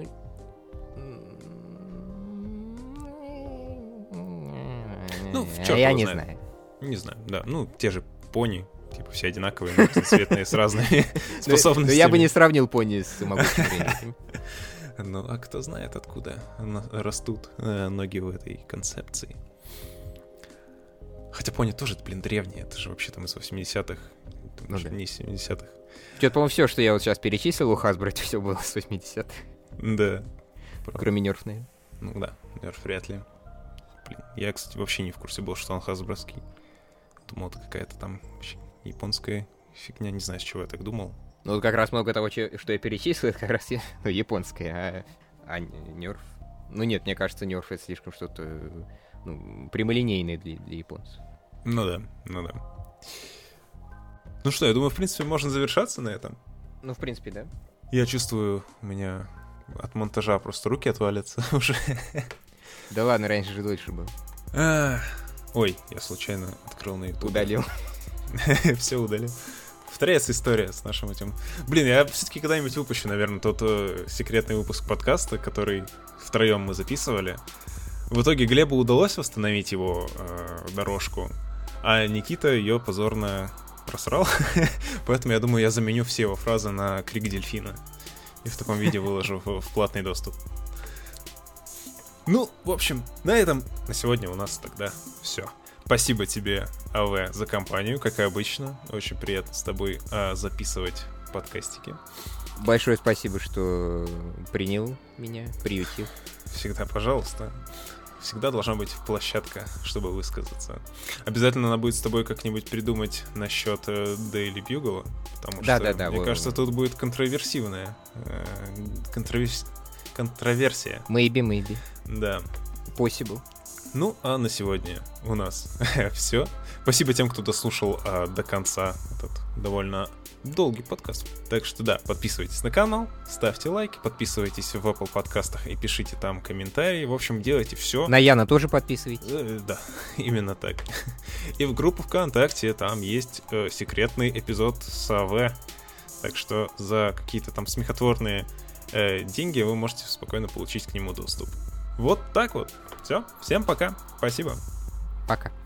Speaker 1: Ну, в чёрт
Speaker 2: я
Speaker 1: его
Speaker 2: не
Speaker 1: знает.
Speaker 2: знаю.
Speaker 1: Не знаю, да. Ну, те же пони, типа все одинаковые, но цветные, с разными
Speaker 2: Но
Speaker 1: способностями.
Speaker 2: я бы не сравнил пони с могучим рейнджером.
Speaker 1: Ну, а кто знает, откуда на- растут э, ноги в этой концепции. Хотя пони тоже, блин, древние. Это же вообще там из восьмидесятых.
Speaker 2: Ну да.
Speaker 1: Не семидесятых.
Speaker 2: Что-то, по-моему, все, что я вот сейчас перечислил у Hasbro, это все было с восьмидесятых.
Speaker 1: Да.
Speaker 2: Кроме Nerf, наверное.
Speaker 1: Ну да, Nerf вряд ли. Блин, я, кстати, вообще не в курсе был, что он хасбровский. Думал, это какая-то там вообще японская фигня. Не знаю, с чего я так думал.
Speaker 2: Ну, вот как раз много того, че- что я перечислил, это как раз я- ну, японское, а, а Nerf... Ну нет, мне кажется, Nerf это слишком что-то ну, прямолинейное для, для японцев.
Speaker 1: Ну да, ну да. Ну что, я думаю, в принципе, можно завершаться на этом.
Speaker 2: Ну, в принципе, да.
Speaker 1: Я чувствую, у меня от монтажа просто руки отвалятся уже.
Speaker 2: Да ладно, раньше же дольше был.
Speaker 1: А, Ой, я случайно открыл на YouTube.
Speaker 2: Удалил.
Speaker 1: Все удалил. Повторяется история с нашим этим. Блин, я все-таки когда-нибудь выпущу, наверное, тот э, секретный выпуск подкаста, который втроем мы записывали. В итоге Глебу удалось восстановить его э, дорожку, а Никита ее позорно просрал. Поэтому я думаю, я заменю все его фразы на крик дельфина. И в таком виде выложу в, в платный доступ. Ну, в общем, на этом на сегодня у нас тогда все. Спасибо тебе, АВ, за компанию, как и обычно. Очень приятно с тобой а, записывать подкастики.
Speaker 2: Большое спасибо, что принял меня, приютил.
Speaker 1: Всегда, пожалуйста. Всегда должна быть площадка, чтобы высказаться. Обязательно надо будет с тобой как-нибудь придумать насчет э, Daily Bugle, потому
Speaker 2: Да,
Speaker 1: что,
Speaker 2: да, да,
Speaker 1: мне
Speaker 2: вы-
Speaker 1: кажется, тут будет контроверсивная э, контроверс- контроверсия.
Speaker 2: Maybe, maybe.
Speaker 1: Да.
Speaker 2: Possible.
Speaker 1: Ну, а на сегодня у нас все. Спасибо тем, кто дослушал а, до конца этот довольно долгий подкаст. Так что да, подписывайтесь на канал, ставьте лайки, подписывайтесь в Apple подкастах и пишите там комментарии. В общем, делайте все.
Speaker 2: На Яна тоже подписывайтесь.
Speaker 1: Э, да, именно так. И в группу ВКонтакте там есть э, секретный эпизод с АВ. Так что за какие-то там смехотворные э, деньги вы можете спокойно получить к нему доступ. Вот так вот. Все, всем пока. Спасибо.
Speaker 2: Пока.